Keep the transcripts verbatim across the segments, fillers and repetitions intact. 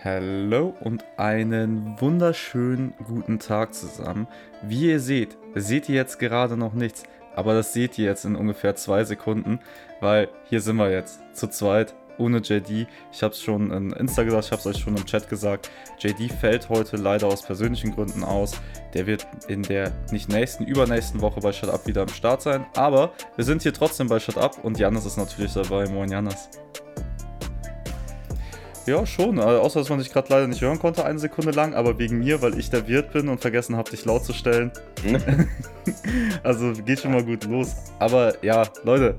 Hallo und einen wunderschönen guten Tag zusammen. Wie ihr seht, seht ihr jetzt gerade noch nichts, aber das seht ihr jetzt in ungefähr zwei Sekunden, weil hier sind wir jetzt zu zweit, ohne J D. Ich habe es schon in Insta gesagt, ich habe es euch schon im Chat gesagt. J D fällt heute leider aus persönlichen Gründen aus. Der wird in der nicht nächsten, übernächsten Woche bei Shut Up wieder am Start sein, aber wir sind hier trotzdem bei Shut Up und Jannis ist natürlich dabei. Moin Jannis. Ja, schon. äh, Außer, dass man dich gerade leider nicht hören konnte, eine Sekunde lang, aber wegen mir, weil ich der Wirt bin und vergessen habe, dich laut zu stellen. Also geht schon mal gut los. Aber ja, Leute,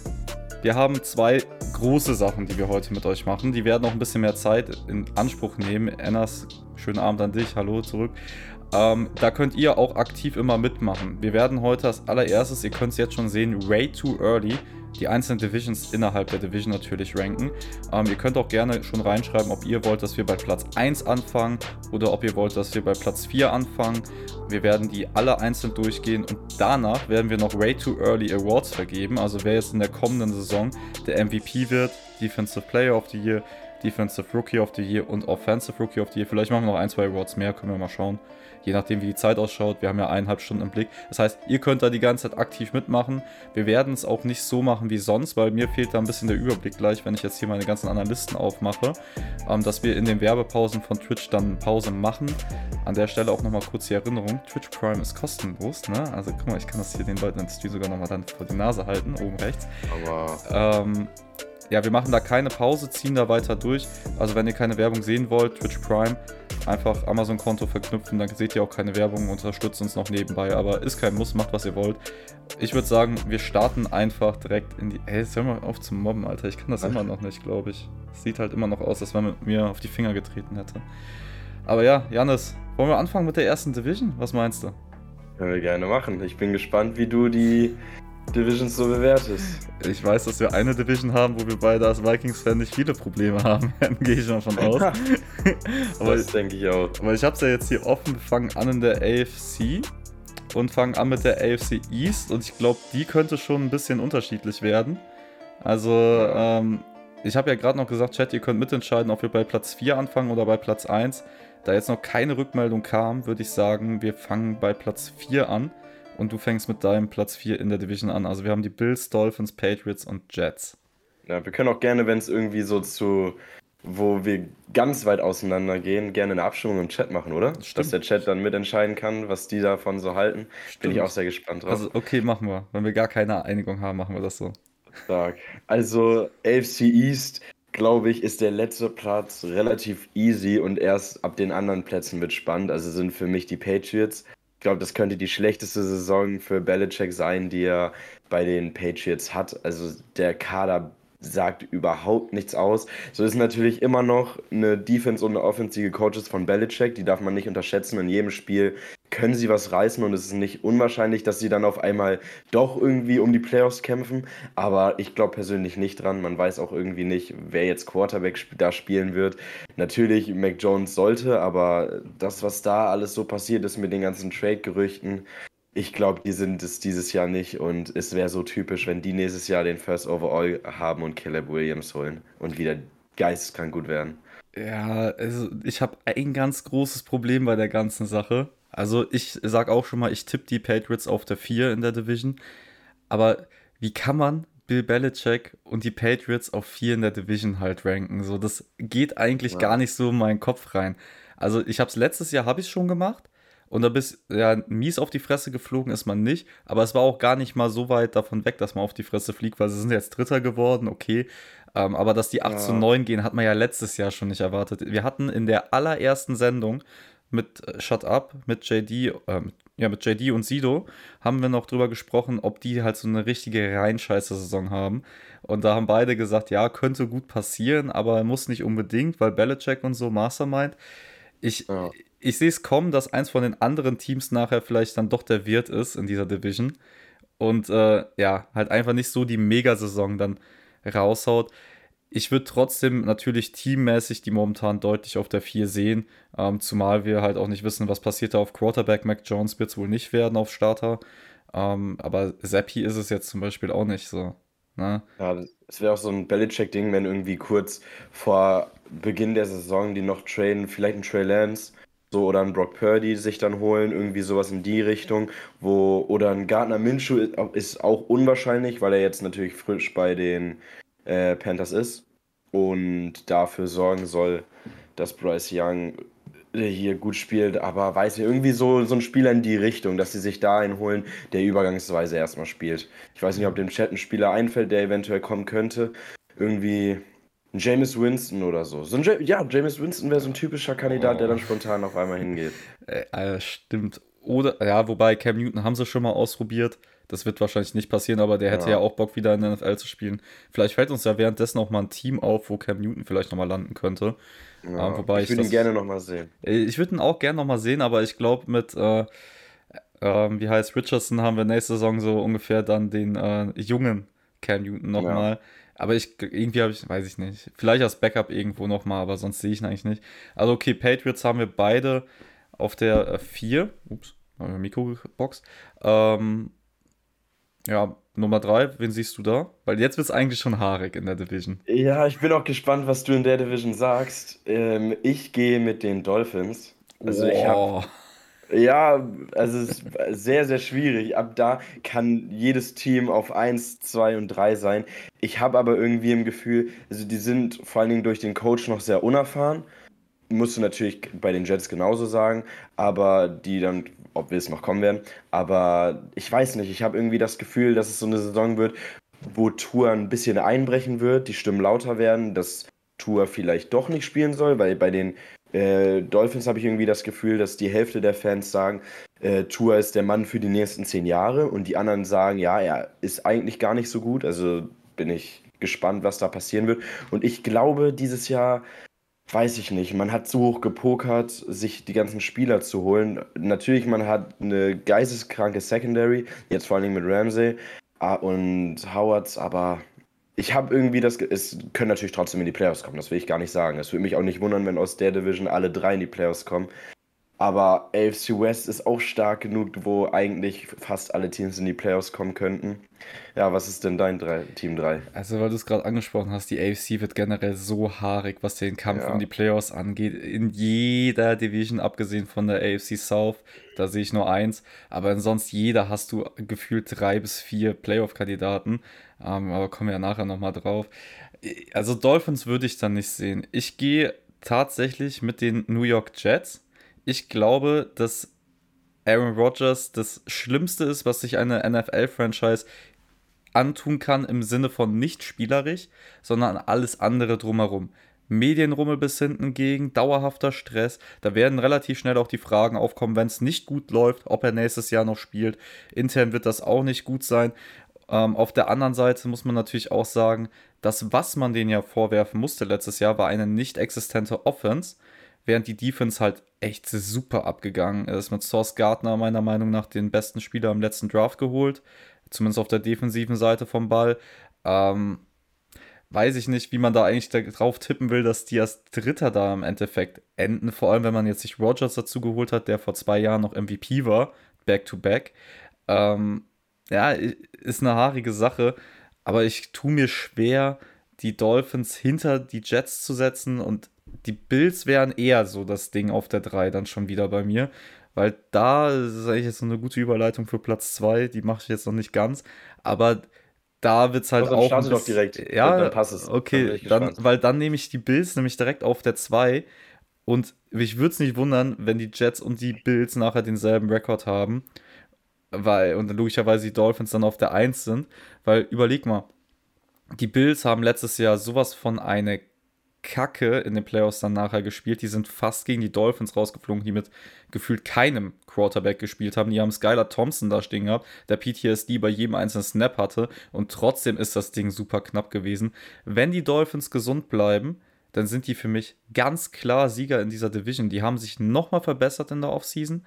wir haben zwei große Sachen, die wir heute mit euch machen. Die werden auch ein bisschen mehr Zeit in Anspruch nehmen. Ennas, schönen Abend an dich. Hallo zurück. Ähm, da könnt ihr auch aktiv immer mitmachen. Wir werden heute als allererstes, ihr könnt es jetzt schon sehen, Way Too Early, die einzelnen Divisions innerhalb der Division natürlich ranken. Ähm, ihr könnt auch gerne schon reinschreiben, ob ihr wollt, dass wir bei Platz eins anfangen oder ob ihr wollt, dass wir bei Platz vier anfangen. Wir werden die alle einzeln durchgehen und danach werden wir noch Way Too Early Awards vergeben. Also wer jetzt in der kommenden Saison der M V P wird, Defensive Player of the Year, Defensive Rookie of the Year und Offensive Rookie of the Year. Vielleicht machen wir noch ein, zwei Awards mehr, können wir mal schauen. Je nachdem, wie die Zeit ausschaut. Wir haben ja eineinhalb Stunden im Blick. Das heißt, ihr könnt da die ganze Zeit aktiv mitmachen. Wir werden es auch nicht so machen wie sonst, weil mir fehlt da ein bisschen der Überblick gleich, wenn ich jetzt hier meine ganzen Analysten aufmache, ähm, dass wir in den Werbepausen von Twitch dann Pause machen. An der Stelle auch nochmal kurz die Erinnerung. Twitch Prime ist kostenlos, ne? Also guck mal, ich kann das hier den Leuten im Stream sogar nochmal dann vor die Nase halten, oben rechts. Aber Ähm... Ja, wir machen da keine Pause, ziehen da weiter durch. Also wenn ihr keine Werbung sehen wollt, Twitch Prime, einfach Amazon-Konto verknüpfen, dann seht ihr auch keine Werbung, unterstützt uns noch nebenbei. Aber ist kein Muss, macht was ihr wollt. Ich würde sagen, wir starten einfach direkt in die... Ey, jetzt hör mal auf zu mobben, Alter. Ich kann das immer noch nicht, glaube ich. Es sieht halt immer noch aus, als wenn man mit mir auf die Finger getreten hätte. Aber ja, Jannis, wollen wir anfangen mit der ersten Division? Was meinst du? können wir gerne machen. Ich bin gespannt, wie du die Divisions so bewertest. Ich weiß, dass wir eine Division haben, wo wir beide als Vikings-Fan nicht viele Probleme haben. Gehe ich mal von aus. aber Das denke ich auch. aber ich habe es ja jetzt hier offen. Wir fangen an in der A F C und fangen an mit der A F C East. Und ich glaube, die könnte schon ein bisschen unterschiedlich werden. Also, ähm, ich habe ja gerade noch gesagt, Chat, ihr könnt mitentscheiden, ob wir bei Platz vier anfangen oder bei Platz eins. Da jetzt noch keine Rückmeldung kam, würde ich sagen, wir fangen bei Platz vier an. Und du fängst mit deinem Platz vier in der Division an. Also wir haben die Bills, Dolphins, Patriots und Jets. Ja, wir können auch gerne, wenn es irgendwie so zu, wo wir ganz weit auseinander gehen, gerne eine Abstimmung im Chat machen, oder? Stimmt. Dass der Chat dann mitentscheiden kann, was die davon so halten. Bin ich auch sehr gespannt drauf. Also okay, machen wir. Wenn wir gar keine Einigung haben, machen wir das so. Stark. Also A F C East, glaube ich, ist der letzte Platz relativ easy und erst ab den anderen Plätzen wird spannend. Also sind für mich die Patriots. Ich glaube, das könnte die schlechteste Saison für Belichick sein, die er bei den Patriots hat. Also der Kader sagt überhaupt nichts aus. So ist natürlich immer noch eine Defense und eine Offense, die gecoacht ist von Belichick. Die darf man nicht unterschätzen. In jedem Spiel können sie was reißen und es ist nicht unwahrscheinlich, dass sie dann auf einmal doch irgendwie um die Playoffs kämpfen. Aber ich glaube persönlich nicht dran. Man weiß auch irgendwie nicht, wer jetzt Quarterback sp- da spielen wird. Natürlich, Mac Jones sollte, aber das, was da alles so passiert ist mit den ganzen Trade-Gerüchten, ich glaube, die sind es dieses Jahr nicht und es wäre so typisch, wenn die nächstes Jahr den First Overall haben und Caleb Williams holen und wieder geisteskrank gut werden. Ja, also ich habe ein ganz großes Problem bei der ganzen Sache. Also ich sag auch schon mal, ich tippe die Patriots auf der vier in der Division. Aber wie kann man Bill Belichick und die Patriots auf vier in der Division halt ranken? So, das geht eigentlich Ja. gar nicht so in meinen Kopf rein. Also ich habe es letztes Jahr, habe ich schon gemacht. Und da bist ja mies auf die Fresse geflogen ist man nicht, aber es war auch gar nicht mal so weit davon weg, dass man auf die Fresse fliegt, weil sie sind jetzt Dritter geworden, okay. Ähm, aber dass die acht zu Ja. neun gehen, hat man ja letztes Jahr schon nicht erwartet. Wir hatten in der allerersten Sendung mit äh, Shut Up, mit J D, ähm, ja, mit J D und Sido, haben wir noch drüber gesprochen, ob die halt so eine richtige Reinscheiße-Saison haben. Und da haben beide gesagt, ja, könnte gut passieren, aber muss nicht unbedingt, weil Belichick und so Mastermind. Ich, Ja. ich sehe es kommen, dass eins von den anderen Teams nachher vielleicht dann doch der Wirt ist in dieser Division und äh, ja, halt einfach nicht so die Megasaison dann raushaut. Ich würde trotzdem natürlich teammäßig die momentan deutlich auf der vier sehen, ähm, zumal wir halt auch nicht wissen, was passiert da auf Quarterback. Mac Jones wird es wohl nicht werden auf Starter, ähm, aber Zappi ist es jetzt zum Beispiel auch nicht so. Ne? Ja, das, Es wäre auch so ein Belichick-Ding, wenn irgendwie kurz vor Beginn der Saison die noch traden, vielleicht einen Trey Lance so oder einen Brock Purdy sich dann holen, irgendwie sowas in die Richtung, wo oder ein Gardner Minshew ist auch ist auch unwahrscheinlich, weil er jetzt natürlich frisch bei den äh, Panthers ist und dafür sorgen soll, dass Bryce Young äh, hier gut spielt, aber weiß nicht, irgendwie so, so ein Spieler in die Richtung, dass sie sich da einen holen, der übergangsweise erstmal spielt. Ich weiß nicht, ob dem Chat ein Spieler einfällt, der eventuell kommen könnte. Irgendwie ein Jameis Winston oder so. so ein ja, ja, Jameis Winston wäre so ein typischer Kandidat, der Oh. dann spontan auf einmal hingeht. Äh, äh, stimmt. Oder, ja, wobei Cam Newton haben sie schon mal ausprobiert. Das wird wahrscheinlich nicht passieren, aber der hätte ja Ja, auch Bock, wieder in der N F L zu spielen. Vielleicht fällt uns ja währenddessen auch mal ein Team auf, wo Cam Newton vielleicht nochmal landen könnte. Ähm, ja. wobei Ich ich würde ihn das. gerne nochmal sehen. äh, Ich würde ihn auch gern nochmal sehen, aber ich glaube, mit, äh, ähm, wie heißt Richardson, haben wir nächste Saison so ungefähr dann den äh, jungen Cam Newton Ja. nochmal. Aber ich, irgendwie habe ich, weiß ich nicht. Vielleicht als Backup irgendwo nochmal, aber sonst sehe ich ihn eigentlich nicht. Also, okay, Patriots haben wir beide auf der äh, vier. Ups, habe Mikrobox. Ähm, ja, Nummer drei, wen siehst du da? Weil jetzt wird es eigentlich schon haarig in der Division. Ja, ich bin auch gespannt, was du in der Division sagst. Ähm, ich gehe mit den Dolphins. Also ich habe Oh. Ja, also es ist sehr, sehr schwierig. Ab da kann jedes Team auf eins, zwei und drei sein. Ich habe aber irgendwie im Gefühl, also die sind vor allen Dingen durch den Coach noch sehr unerfahren. Musst du natürlich bei den Jets genauso sagen, aber die dann, ob wir es noch kommen werden. Aber ich weiß nicht, ich habe irgendwie das Gefühl, dass es so eine Saison wird, wo Tour ein bisschen einbrechen wird, die Stimmen lauter werden, dass Tour vielleicht doch nicht spielen soll, weil bei den äh, Dolphins habe ich irgendwie das Gefühl, dass die Hälfte der Fans sagen, äh, Tua ist der Mann für die nächsten zehn Jahre und die anderen sagen, ja, er ist eigentlich gar nicht so gut. Also bin ich gespannt, was da passieren wird. Und ich glaube, dieses Jahr, weiß ich nicht, man hat zu hoch gepokert, sich die ganzen Spieler zu holen. Natürlich, man hat eine geisteskranke Secondary, jetzt vor allen Dingen mit Ramsey ah, und Howards, aber ich habe irgendwie das, Ge- es können natürlich trotzdem in die Playoffs kommen, das will ich gar nicht sagen. Es würde mich auch nicht wundern, wenn aus der Division alle drei in die Playoffs kommen. Aber A F C West ist auch stark genug, wo eigentlich fast alle Teams in die Playoffs kommen könnten. Ja, was ist denn dein drei, Team drei? Also, weil du es gerade angesprochen hast, die A F C wird generell so haarig, was den Kampf um Ja, die Playoffs angeht. In jeder Division, abgesehen von der A F C South, da sehe ich nur eins. Aber in sonst jeder hast du gefühlt drei bis vier Playoff-Kandidaten. Ähm, aber kommen wir ja nachher nochmal drauf. Also, Dolphins würde ich dann nicht sehen. Ich gehe tatsächlich mit den New York Jets. Ich glaube, dass Aaron Rodgers das Schlimmste ist, was sich eine N F L-Franchise antun kann im Sinne von nicht spielerisch, sondern alles andere drumherum. Medienrummel bis hinten gegen, dauerhafter Stress. Da werden relativ schnell auch die Fragen aufkommen, wenn es nicht gut läuft, ob er nächstes Jahr noch spielt. Intern wird das auch nicht gut sein. Ähm, auf der anderen Seite muss man natürlich auch sagen, das, was man denen ja vorwerfen musste letztes Jahr, war eine nicht existente Offense, während die Defense halt echt super abgegangen ist. Mit Sauce Gardner meiner Meinung nach den besten Spieler im letzten Draft geholt, zumindest auf der defensiven Seite vom Ball. Ähm, weiß ich nicht, wie man da eigentlich drauf tippen will, dass die als Dritter da im Endeffekt enden. Vor allem, wenn man jetzt sich Rodgers dazu geholt hat, der vor zwei Jahren noch M V P war, back-to-back. Ähm, ja, ist eine haarige Sache, aber ich tue mir schwer, die Dolphins hinter die Jets zu setzen und die Bills wären eher so das Ding auf der drei dann schon wieder bei mir, weil da ist eigentlich jetzt so eine gute Überleitung für Platz zwei, die mache ich jetzt noch nicht ganz, aber da wird es aber halt dann auch ein starte doch bisschen, direkt. Dann, dann ja, passt es. Dann bin okay, ich dann, gespannt. weil dann nehme ich die Bills nämlich direkt auf der zwei und mich würde es nicht wundern, wenn die Jets und die Bills nachher denselben Rekord haben, weil, und logischerweise die Dolphins dann auf der eins sind, weil überleg mal, die Bills haben letztes Jahr sowas von eine Kacke in den Playoffs dann nachher gespielt. Die sind fast gegen die Dolphins rausgeflogen, die mit gefühlt keinem Quarterback gespielt haben. Die haben Skylar Thompson da stehen gehabt, der P T S D bei jedem einzelnen Snap hatte und trotzdem ist das Ding super knapp gewesen. Wenn die Dolphins gesund bleiben, dann sind die für mich ganz klar Sieger in dieser Division. Die haben sich nochmal verbessert in der Offseason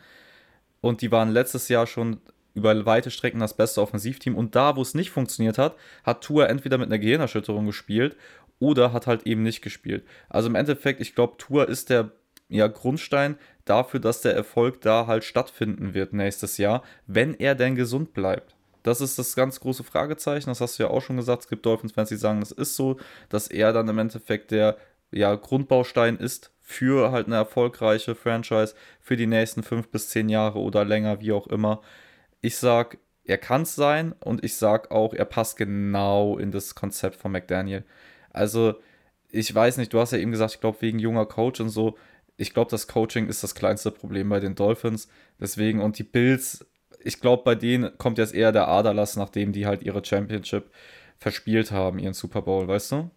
und die waren letztes Jahr schon über weite Strecken das beste Offensivteam. Und da, wo es nicht funktioniert hat, hat Tua entweder mit einer Gehirnerschütterung gespielt oder hat halt eben nicht gespielt. Also im Endeffekt, ich glaube, Tua ist der ja, Grundstein dafür, dass der Erfolg da halt stattfinden wird nächstes Jahr, wenn er denn gesund bleibt. Das ist das ganz große Fragezeichen. Das hast du ja auch schon gesagt. Es gibt Dolphins-Fans, die sagen, es ist so, dass er dann im Endeffekt der ja, Grundbaustein ist für halt eine erfolgreiche Franchise für die nächsten fünf bis zehn Jahre oder länger, wie auch immer. Ich sag, er kann es sein und ich sag auch, er passt genau in das Konzept von McDaniel. Also, ich weiß nicht, du hast ja eben gesagt, ich glaube, wegen junger Coach und so. Ich glaube, das Coaching ist das kleinste Problem bei den Dolphins. Deswegen, und die Bills, ich glaube, bei denen kommt jetzt eher der Aderlass, nachdem die halt ihre Championship verspielt haben, ihren Super Bowl, weißt du?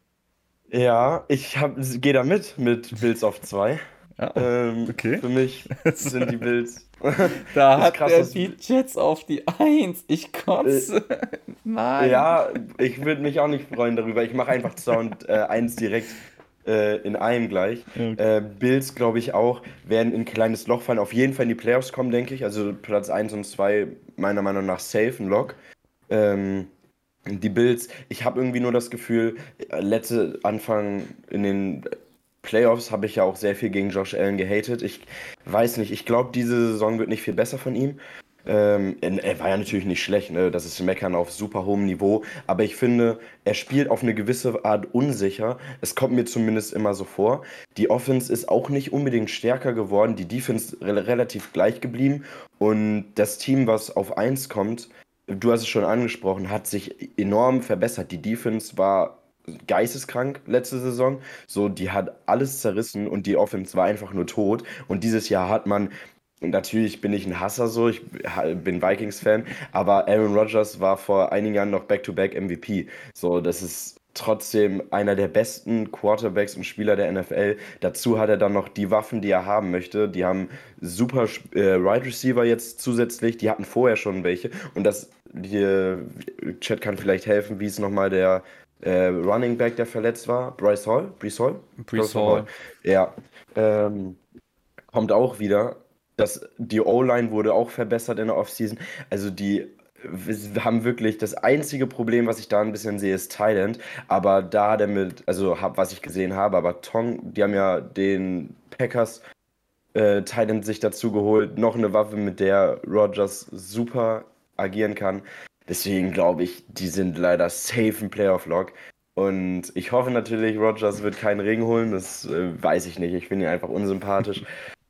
Ja, ich hab, gehe da mit, mit Bills auf zwei. Ja, oh, Ähm, okay. für mich sind die Bills. Da Ist hat krass, er dass. die Jets auf die Eins. Ich Äh, kotze. Nein. ja, ich würde mich auch nicht freuen darüber. Ich mache einfach zwei und äh, eins direkt äh, in einem gleich. Ja, Äh, Bills, glaube ich, auch, werden in ein kleines Loch fallen. Auf jeden Fall in die Playoffs kommen, denke ich. Also Platz eins und zwei meiner Meinung nach safe, ein Lock. Ähm, Die Bills, ich habe irgendwie nur das Gefühl, äh, letzte Anfang in den Playoffs habe ich ja auch sehr viel gegen Josh Allen gehatet. Ich weiß nicht, ich glaube, diese Saison wird nicht viel besser von ihm. Ähm, er war ja natürlich nicht schlecht, ne? Das ist Meckern auf super hohem Niveau, aber ich finde, er spielt auf eine gewisse Art unsicher. Es kommt mir zumindest immer so vor. Die Offense ist auch nicht unbedingt stärker geworden, die Defense re relativ gleich geblieben und das Team, was auf eins kommt, du hast es schon angesprochen, hat sich enorm verbessert. Die Defense war geisteskrank letzte Saison. So, die hat alles zerrissen und die Offense war einfach nur tot. Und dieses Jahr hat man, natürlich bin ich ein Hasser so, ich bin Vikings-Fan, aber Aaron Rodgers war vor einigen Jahren noch Back-to-Back M V P. So, das ist trotzdem einer der besten Quarterbacks und Spieler der N F L. Dazu hat er dann noch die Waffen, die er haben möchte. Die haben super äh, Wide Receiver jetzt zusätzlich. Die hatten vorher schon welche. Und das, die, Chat kann vielleicht helfen, wie es nochmal der äh, Running Back, der verletzt war. Bryce Hall? Bryce Hall? Ich glaube, Brees es war Hall. Hall. Ja. Ähm, kommt auch wieder. Das, die O-Line wurde auch verbessert in der Offseason. Also die wir haben wirklich das einzige Problem, was ich da ein bisschen sehe, ist Thailand. Aber da damit, also hab, was ich gesehen habe, aber Tong, die haben ja den Packers äh, Thailand sich dazu geholt. Noch eine Waffe, mit der Rodgers super agieren kann. Deswegen glaube ich, die sind leider safe im Playoff-Log. Und ich hoffe natürlich, Rodgers wird keinen Ring holen. Das äh, weiß ich nicht. Ich finde ihn einfach unsympathisch.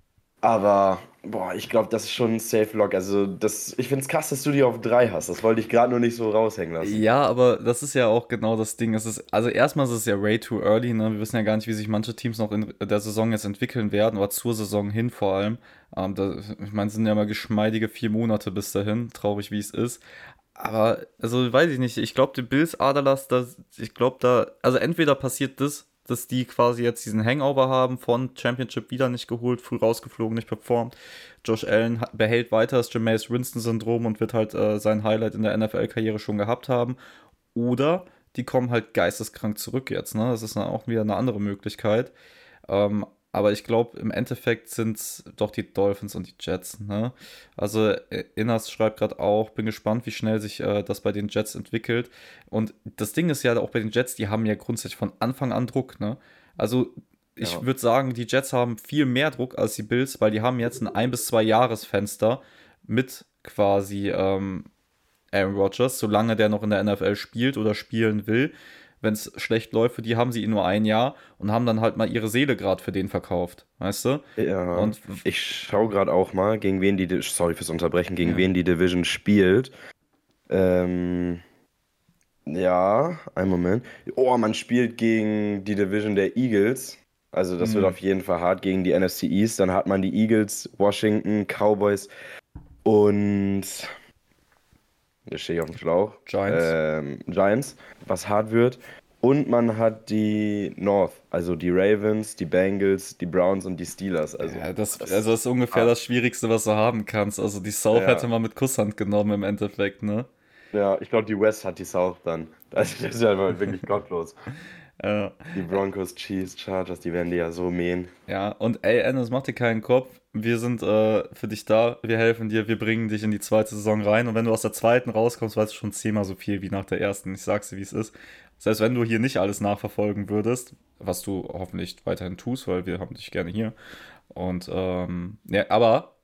Aber, boah, ich glaube, das ist schon ein Safe Lock. Also, das, ich finde es krass, dass du die auf drei hast. Das wollte ich gerade nur nicht so raushängen lassen. Ja, aber das ist ja auch genau das Ding. Es ist, also erstmal ist es ja way too early, ne? Wir wissen ja gar nicht, wie sich manche Teams noch in der Saison jetzt entwickeln werden, oder zur Saison hin vor allem. Ähm, da, ich meine, es sind ja mal geschmeidige vier Monate bis dahin, traurig wie es ist. Aber, also weiß ich nicht, ich glaube, die Bills Aderlass, das, ich glaube da, also entweder passiert das, dass die quasi jetzt diesen Hangover haben von Championship wieder nicht geholt, früh rausgeflogen, nicht performt. Josh Allen hat- behält weiter das Jameis Winston-Syndrom und wird halt äh, sein Highlight in der N F L-Karriere schon gehabt haben. Oder die kommen halt geisteskrank zurück jetzt, ne? Das ist dann auch wieder eine andere Möglichkeit. Ähm, aber ich glaube, im Endeffekt sind es doch die Dolphins und die Jets. Ne? Also äh, Innas schreibt gerade auch, bin gespannt, wie schnell sich äh, das bei den Jets entwickelt. Und das Ding ist ja auch bei den Jets, die haben ja grundsätzlich von Anfang an Druck. Ne? Also ich Ja. würde sagen, die Jets haben viel mehr Druck als die Bills, weil die haben jetzt ein ein bis zwei Jahresfenster mit quasi ähm, Aaron Rodgers, solange der noch in der N F L spielt oder spielen will. Wenn es schlecht läuft, für die haben sie ihn nur ein Jahr und haben dann halt mal ihre Seele gerade für den verkauft, weißt du? Ja. Und Ich schaue gerade auch mal, gegen wen die, Di- sorry fürs Unterbrechen, gegen ja, wen die Division spielt. Ähm, ja, einen Moment. Oh, man spielt gegen die Division der Eagles. Also das wird mh, auf jeden Fall hart gegen die N F C East. Dann hat man die Eagles, Washington, Cowboys und jetzt stehe ich auf dem Schlauch. Giants. Ähm, Giants, was hart wird. Und man hat die North, also die Ravens, die Bengals, die Browns und die Steelers. Also, Ja, das, das also ist das ist ungefähr hart. das Schwierigste, was du haben kannst. Also die South hätte Ja, man mit Kusshand genommen im Endeffekt, ne? ja, ich glaube, die West hat die South dann. Das ist ja wirklich gottlos. Äh, Die Broncos, Chiefs, Chargers, die werden die ja so mähen. ja, und ey, Ennis, mach dir keinen Kopf. Wir sind äh, für dich da, wir helfen dir, wir bringen dich in die zweite Saison rein. Und wenn du aus der zweiten rauskommst, weißt du schon zehnmal so viel wie nach der ersten. Ich sag's dir, wie es ist. Selbst wenn du hier nicht alles nachverfolgen würdest, was du hoffentlich weiterhin tust, weil wir haben dich gerne hier. Und ähm, ja, aber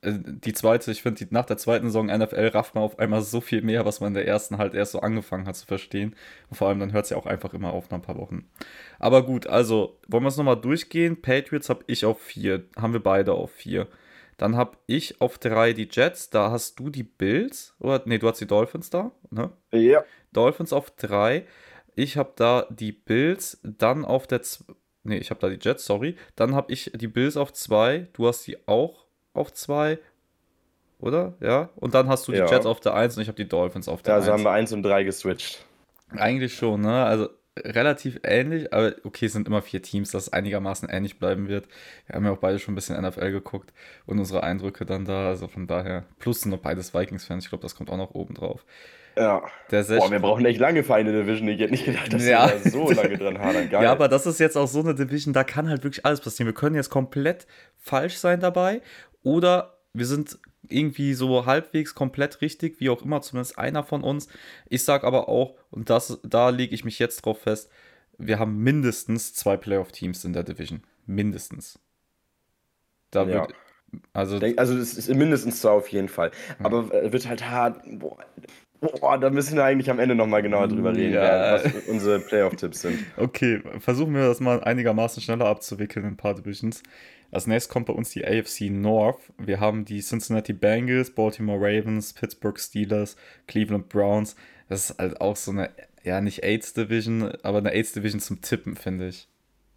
die zweite, ich finde, nach der zweiten Saison N F L rafft man auf einmal so viel mehr, was man in der ersten halt erst so angefangen hat zu verstehen. Und vor allem dann hört es ja auch einfach immer auf nach ein paar Wochen. Aber gut, also wollen wir es nochmal durchgehen. Patriots habe ich auf vier, haben wir beide auf vier. Dann habe ich auf drei die Jets, da hast du die Bills, oder nee, du hast die Dolphins da, ne? Ja. Dolphins auf drei. Ich habe da die Bills, dann auf der Z- nee, ich habe da die Jets, sorry. Dann habe ich die Bills auf zwei, du hast die auch auf zwei, oder? Ja. Und dann hast du die Jets Ja. auf der eins und ich habe die Dolphins auf Ja, der also haben eins. wir eins und drei geswitcht. Eigentlich schon, ne? Also relativ ähnlich, aber okay, es sind immer vier Teams, das einigermaßen ähnlich bleiben wird. Wir haben ja auch beide schon ein bisschen N F L geguckt und unsere Eindrücke dann da, also von daher. Plus sind noch beides Vikings-Fans, ich glaube, das kommt auch noch oben drauf. Ja. Der Boah, Sech wir brauchen echt lange für eine Division. Ich hätte nicht gedacht, dass wir Ja. da so lange dran hadern. Geil. Ja, aber das ist jetzt auch so eine Division, da kann halt wirklich alles passieren. Wir können jetzt komplett falsch sein dabei oder wir sind irgendwie so halbwegs komplett richtig, wie auch immer, zumindest einer von uns. Ich sag aber auch, und das, da lege ich mich jetzt drauf fest, wir haben mindestens zwei Playoff-Teams in der Division. Mindestens. Da Ja. wird, also, Denk, also es ist mindestens zwei auf jeden Fall. ja. Aber äh, wird halt hart. Boah, boah, da müssen wir eigentlich am Ende nochmal genauer drüber reden, wer, Ja. was unsere Playoff-Tipps sind. Okay, versuchen wir das mal einigermaßen schneller abzuwickeln in ein paar Divisions. Als nächstes kommt bei uns die A F C North. Wir haben die Cincinnati Bengals, Baltimore Ravens, Pittsburgh Steelers, Cleveland Browns. Das ist halt auch so eine, ja, nicht AIDS Division, aber eine AIDS Division zum Tippen, finde ich.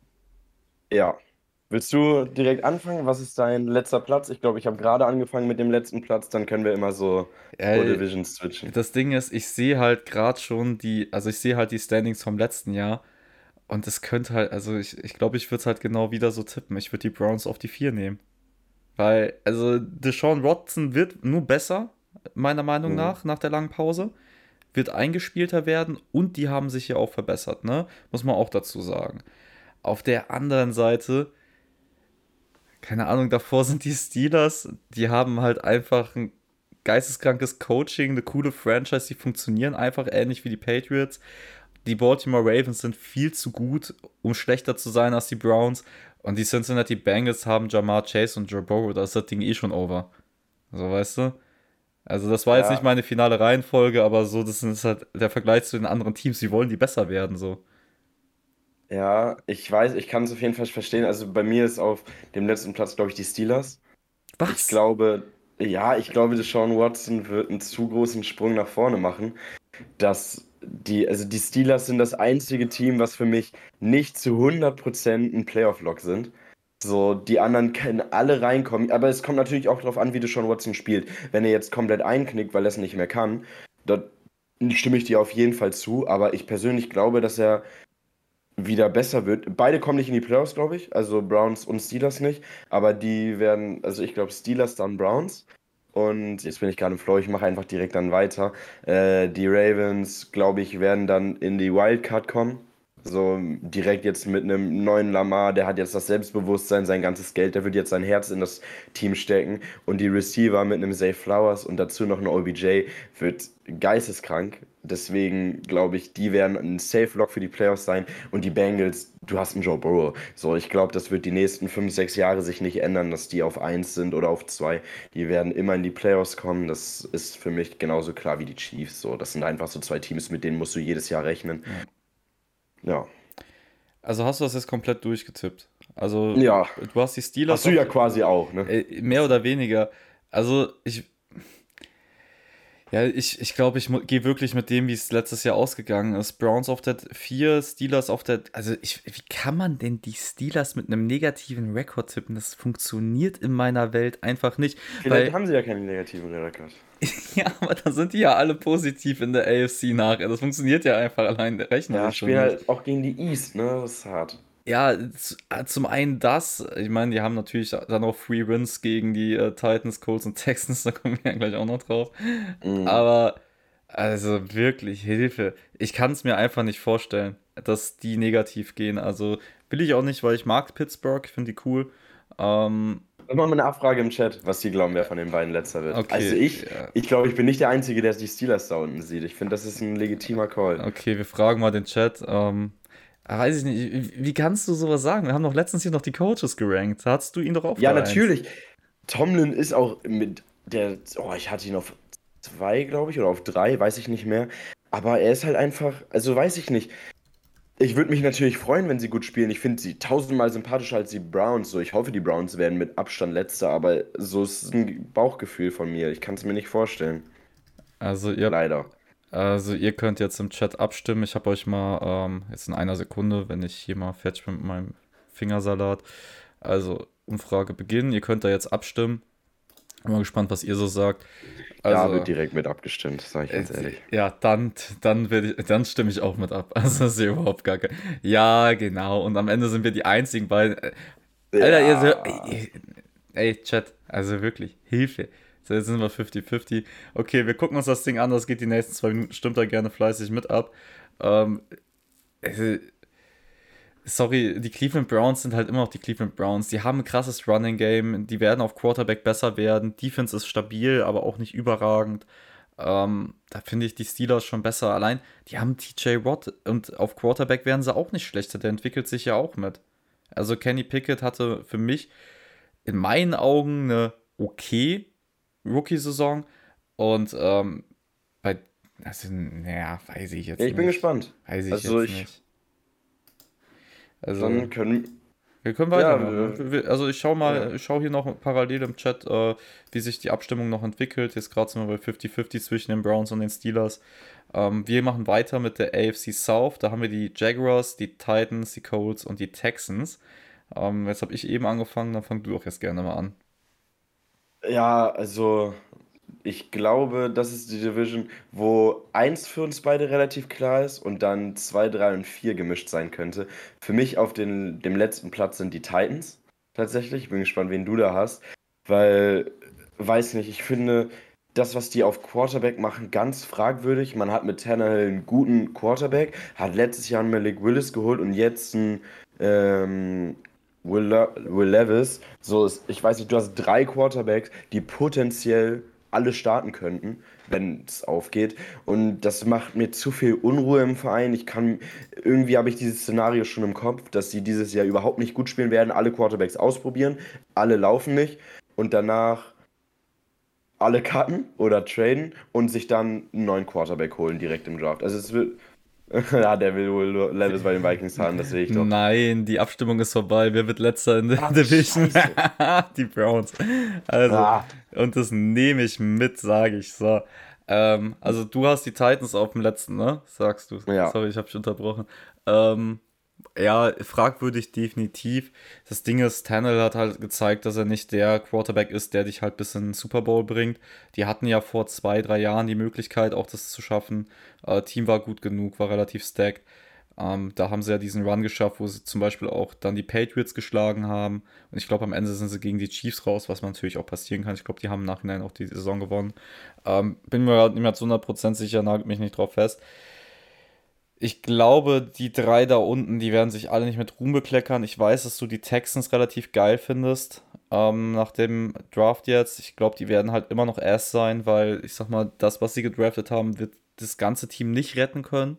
Ja. Willst du direkt anfangen? Was ist dein letzter Platz? Ich glaube, ich habe gerade angefangen mit dem letzten Platz. Dann können wir immer so pro Äh, Division switchen. Das Ding ist, ich sehe halt gerade schon die, also ich sehe halt die Standings vom letzten Jahr und es könnte halt, also ich glaube, ich, glaub, ich würde es halt genau wieder so tippen. Ich würde die Browns auf die vier nehmen. Weil, also Deshaun Watson wird nur besser, meiner Meinung Mhm. nach, nach der langen Pause. Wird eingespielter werden und die haben sich ja auch verbessert, ne? Muss man auch dazu sagen. Auf der anderen Seite, keine Ahnung, davor sind die Steelers, die haben halt einfach ein geisteskrankes Coaching, eine coole Franchise, die funktionieren einfach ähnlich wie die Patriots. Die Baltimore Ravens sind viel zu gut, um schlechter zu sein als die Browns. Und die Cincinnati Bengals haben Jamar Chase und Joe Burrow, da ist das Ding eh schon over. So, weißt du? Also, das war jetzt nicht Ja, meine finale Reihenfolge, aber so, das ist halt der Vergleich zu den anderen Teams. Wie wollen die besser werden, so? ja, ich weiß, ich kann es auf jeden Fall verstehen. Also bei mir ist auf dem letzten Platz, glaube ich, die Steelers. Ich Was? glaube, ja, ich glaube, Deshaun Watson wird einen zu großen Sprung nach vorne machen, dass die, also die Steelers sind das einzige Team, was für mich nicht zu hundert Prozent ein Playoff-Lock sind. So, die anderen können alle reinkommen, aber es kommt natürlich auch darauf an, wie Deshaun Watson spielt. Wenn er jetzt komplett einknickt, weil er es nicht mehr kann, da stimme ich dir auf jeden Fall zu, aber ich persönlich glaube, dass er wieder besser wird. Beide kommen nicht in die Playoffs, glaube ich. Also Browns und Steelers nicht. Aber die werden, also ich glaube Steelers, dann Browns. Und jetzt bin ich gerade im Flow, ich mache einfach direkt dann weiter. Äh, die Ravens, glaube ich, werden dann in die Wildcard kommen. So direkt jetzt mit einem neuen Lamar, der hat jetzt das Selbstbewusstsein, sein ganzes Geld, der wird jetzt sein Herz in das Team stecken. Und die Receiver mit einem Zay Flowers und dazu noch ein O B J wird geisteskrank. Deswegen glaube ich, die werden ein Safe-Lock für die Playoffs sein. Und die Bengals, du hast einen Joe Burrow. So, ich glaube, das wird die nächsten fünf, sechs Jahre sich nicht ändern, dass die auf eins sind oder auf zwei. Die werden immer in die Playoffs kommen. Das ist für mich genauso klar wie die Chiefs. So, das sind einfach so zwei Teams, mit denen musst du jedes Jahr rechnen. Ja. Ja. Also hast du das jetzt komplett durchgetippt? Also, Ja, du hast die Steelers hast du auf, ja quasi auch, ne? äh, mehr oder weniger. Also, ich, ja, ich, ich glaube, ich gehe wirklich mit dem, wie es letztes Jahr ausgegangen ist. Browns auf der vier, Steelers auf der. Also, ich, wie kann man denn die Steelers mit einem negativen Rekord tippen? Das funktioniert in meiner Welt einfach nicht. Vielleicht Weil, haben sie ja keinen negativen Rekord. ja, aber dann sind die ja alle positiv in der A F C nachher. Das funktioniert ja einfach allein Ja, rechnerisch schon spielen nicht. halt auch gegen die East, ne? Das ist hart. Ja, z- äh, zum einen das, ich meine, die haben natürlich dann auch Free Wins gegen die äh, Titans, Colts und Texans, da kommen wir ja gleich auch noch drauf. Mhm. Aber, also wirklich, Hilfe. Ich kann es mir einfach nicht vorstellen, dass die negativ gehen. Also will ich auch nicht, weil ich mag Pittsburgh, ich finde die cool. Ähm, Wir machen mal eine Abfrage im Chat, was die glauben, wer von den beiden letzter wird. Also okay, ich, ja, ich glaube, ich bin nicht der Einzige, der die Steelers da unten sieht. Ich finde, das ist ein legitimer Call. okay, wir fragen mal den Chat. Ähm, ah, weiß ich nicht, wie wie kannst du sowas sagen? Wir haben doch letztens hier noch die Coaches gerankt. Da hattest du ihn doch auf Ja, der eins. natürlich. Tomlin ist auch mit der, oh, ich hatte ihn auf zwei, glaube ich, oder auf drei, weiß ich nicht mehr. Aber er ist halt einfach, also weiß ich nicht. Ich würde mich natürlich freuen, wenn sie gut spielen. Ich finde sie tausendmal sympathischer als die Browns. So, ich hoffe, die Browns werden mit Abstand letzter, aber so ist es ein Bauchgefühl von mir. Ich kann es mir nicht vorstellen. Also ihr, Leider. also ihr könnt jetzt im Chat abstimmen. Ich habe euch mal ähm, jetzt in einer Sekunde, wenn ich hier mal fertig bin mit meinem Fingersalat. Also Umfrage beginnen. Ihr könnt da jetzt abstimmen. Bin mal gespannt, was ihr so sagt. Da wird Also, direkt mit abgestimmt, sage ich äh, ganz ehrlich. ja, dann, dann, werd ich, dann stimme ich auch mit ab. Also, das ist ja überhaupt gar kein. Ja, genau. Und am Ende sind wir die einzigen beiden. Äh, Alter, ihr so. Ja. Ey, ey, Chat, also wirklich, Hilfe. So, jetzt sind wir fünfzig fünfzig. Okay, wir gucken uns das Ding an, das geht die nächsten zwei Minuten. Stimmt da gerne fleißig mit ab. Ähm, also, sorry, die Cleveland Browns sind halt immer noch die Cleveland Browns. Die haben ein krasses Running Game, die werden auf Quarterback besser werden. Defense ist stabil, aber auch nicht überragend. Ähm, da finde ich die Steelers schon besser. Allein, die haben T J Watt und auf Quarterback werden sie auch nicht schlechter. Der entwickelt sich ja auch mit. Also Kenny Pickett hatte für mich in meinen Augen eine okay Rookie-Saison. Und ähm, bei, also, naja, weiß ich Ja, jetzt ich bin nicht. gespannt. Weiß ich Also jetzt ich, nicht. Also, dann können, wir können ja, weitermachen. wir- Ne? Wir- Also ich schaue mal, ja. ich schaue hier noch parallel im Chat, äh, wie sich die Abstimmung noch entwickelt. Jetzt gerade sind wir bei fünfzig fünfzig zwischen den Browns und den Steelers. Ähm, wir machen weiter mit der A F C South. Da haben wir die Jaguars, die Titans, die Colts und die Texans. Ähm, jetzt habe ich eben angefangen, dann fang du doch jetzt gerne mal an. Ja, also ich glaube, das ist die Division, wo eins für uns beide relativ klar ist und dann zwei, drei und vier gemischt sein könnte. Für mich auf den, dem letzten Platz sind die Titans tatsächlich. Ich bin gespannt, wen du da hast, weil, weiß nicht, ich finde das, was die auf Quarterback machen, ganz fragwürdig. Man hat mit Tannehill einen guten Quarterback, hat letztes Jahr einen Malik Willis geholt und jetzt einen ähm, Will, Le Will Levis. So ist, ich weiß nicht, du hast drei Quarterbacks, die potenziell alle starten könnten, wenn es aufgeht. Und das macht mir zu viel Unruhe im Verein. Ich kann, irgendwie habe ich dieses Szenario schon im Kopf, dass sie dieses Jahr überhaupt nicht gut spielen werden, alle Quarterbacks ausprobieren, alle laufen nicht und danach alle cutten oder traden und sich dann einen neuen Quarterback holen direkt im Draft. Also es wird. Ja, der will wohl Levis bei den Vikings haben, das sehe ich doch. Nein, die Abstimmung ist vorbei. Wer wird letzter in der Ach, Division? scheiße. Die Browns. Also, Ah, und das nehme ich mit, sage ich. So. Ähm, also, du hast die Titans auf dem letzten, ne? Sagst du. ja. Sorry, ich habe dich unterbrochen. Ähm, ja, fragwürdig definitiv. Das Ding ist, Tannehill hat halt gezeigt, dass er nicht der Quarterback ist, der dich halt bis in den Super Bowl bringt. Die hatten ja vor zwei, drei Jahren die Möglichkeit, auch das zu schaffen. Äh, Team war gut genug, war relativ stacked. Ähm, da haben sie ja diesen Run geschafft, wo sie zum Beispiel auch dann die Patriots geschlagen haben. Und ich glaube, am Ende sind sie gegen die Chiefs raus, was natürlich auch passieren kann. Ich glaube, die haben im Nachhinein auch die Saison gewonnen. Ähm, bin mir halt nicht mehr zu hundert Prozent sicher, nagelt mich nicht drauf fest. Ich glaube, die drei da unten, die werden sich alle nicht mit Ruhm bekleckern. Ich weiß, dass du die Texans relativ geil findest. Ähm, nach dem Draft jetzt. Ich glaube, die werden halt immer noch Ass sein, weil ich sag mal, das, was sie gedraftet haben, wird das ganze Team nicht retten können.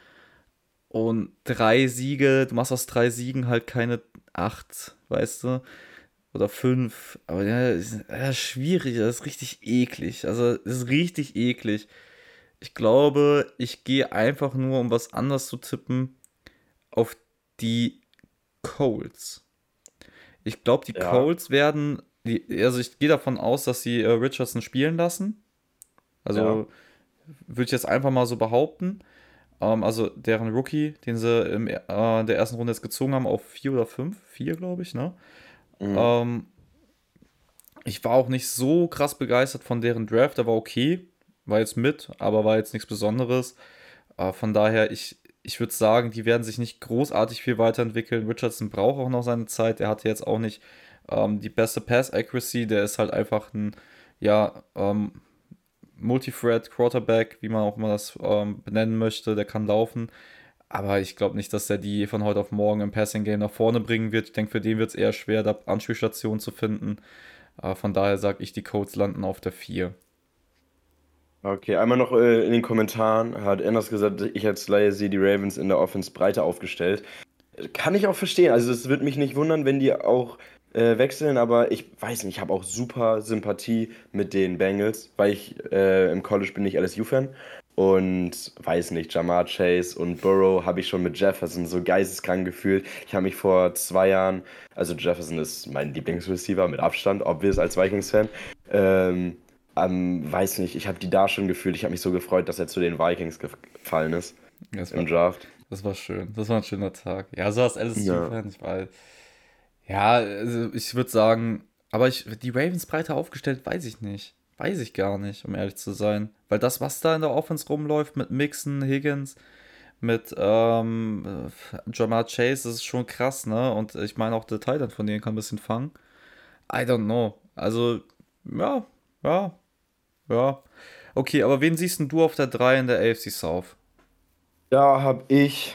Und drei Siege, du machst aus drei Siegen halt keine acht, weißt du? Oder fünf. Aber ja, ist, ja, schwierig, das ist richtig eklig. Also, das ist richtig eklig. Ich glaube, ich gehe einfach nur, um was anders zu tippen, auf die Colts. Ich glaube, die Ja. Colts werden, die, also ich gehe davon aus, dass sie äh, Richardson spielen lassen. Ja. Also würde ich jetzt einfach mal so behaupten. Ähm, also deren Rookie, den sie in äh, der ersten Runde jetzt gezogen haben, auf vier oder fünf, vier glaube ich, ne? Mhm. Ähm, ich war auch nicht so krass begeistert von deren Draft, der war okay, war jetzt mit, aber war jetzt nichts Besonderes. Äh, von daher, ich, ich würde sagen, die werden sich nicht großartig viel weiterentwickeln. Richardson braucht auch noch seine Zeit. Er hatte jetzt auch nicht ähm, die beste Pass-Accuracy. Der ist halt einfach ein, ja, ähm, Multi-Threat Quarterback, wie man auch immer das ähm, benennen möchte. Der kann laufen. Aber ich glaube nicht, dass er die von heute auf morgen im Passing-Game nach vorne bringen wird. Ich denke, für den wird es eher schwer, da Anspielstationen zu finden. Äh, von daher sage ich, die Colts landen auf der vier. Okay, einmal noch äh, in den Kommentaren hat Anders gesagt, ich als Laie sehe die Ravens in der Offense breiter aufgestellt. Kann ich auch verstehen. Also es würde mich nicht wundern, wenn die auch äh, wechseln, aber ich weiß nicht, ich habe auch super Sympathie mit den Bengals, weil ich äh, im College bin ich L S U-Fan und weiß nicht, Jamar Chase und Burrow habe ich schon mit Jefferson so geisteskrank gefühlt. Ich habe mich vor zwei Jahren, also Jefferson ist mein Lieblingsreceiver mit Abstand, obvious als Vikings-Fan. Ähm, ähm, weiß nicht, ich habe die da schon gefühlt. Ich habe mich so gefreut, dass er zu den Vikings gef- gefallen ist Das im war, Draft. das war schön. Das war ein schöner Tag. Ja, so als L S Ja. U-Fan, ich weiß. Ja, also ich würde sagen, aber ich, die Ravens breiter aufgestellt, weiß ich nicht. Weiß ich gar nicht, um ehrlich zu sein. Weil das, was da in der Offense rumläuft mit Mixon, Higgins, mit ähm, äh, Jamar Chase, das ist schon krass, ne? Und ich meine auch der Titan von denen kann ein bisschen fangen. I don't know. Also, ja, ja, ja. Okay, aber wen siehst denn du auf der drei in der A F C South? Da habe ich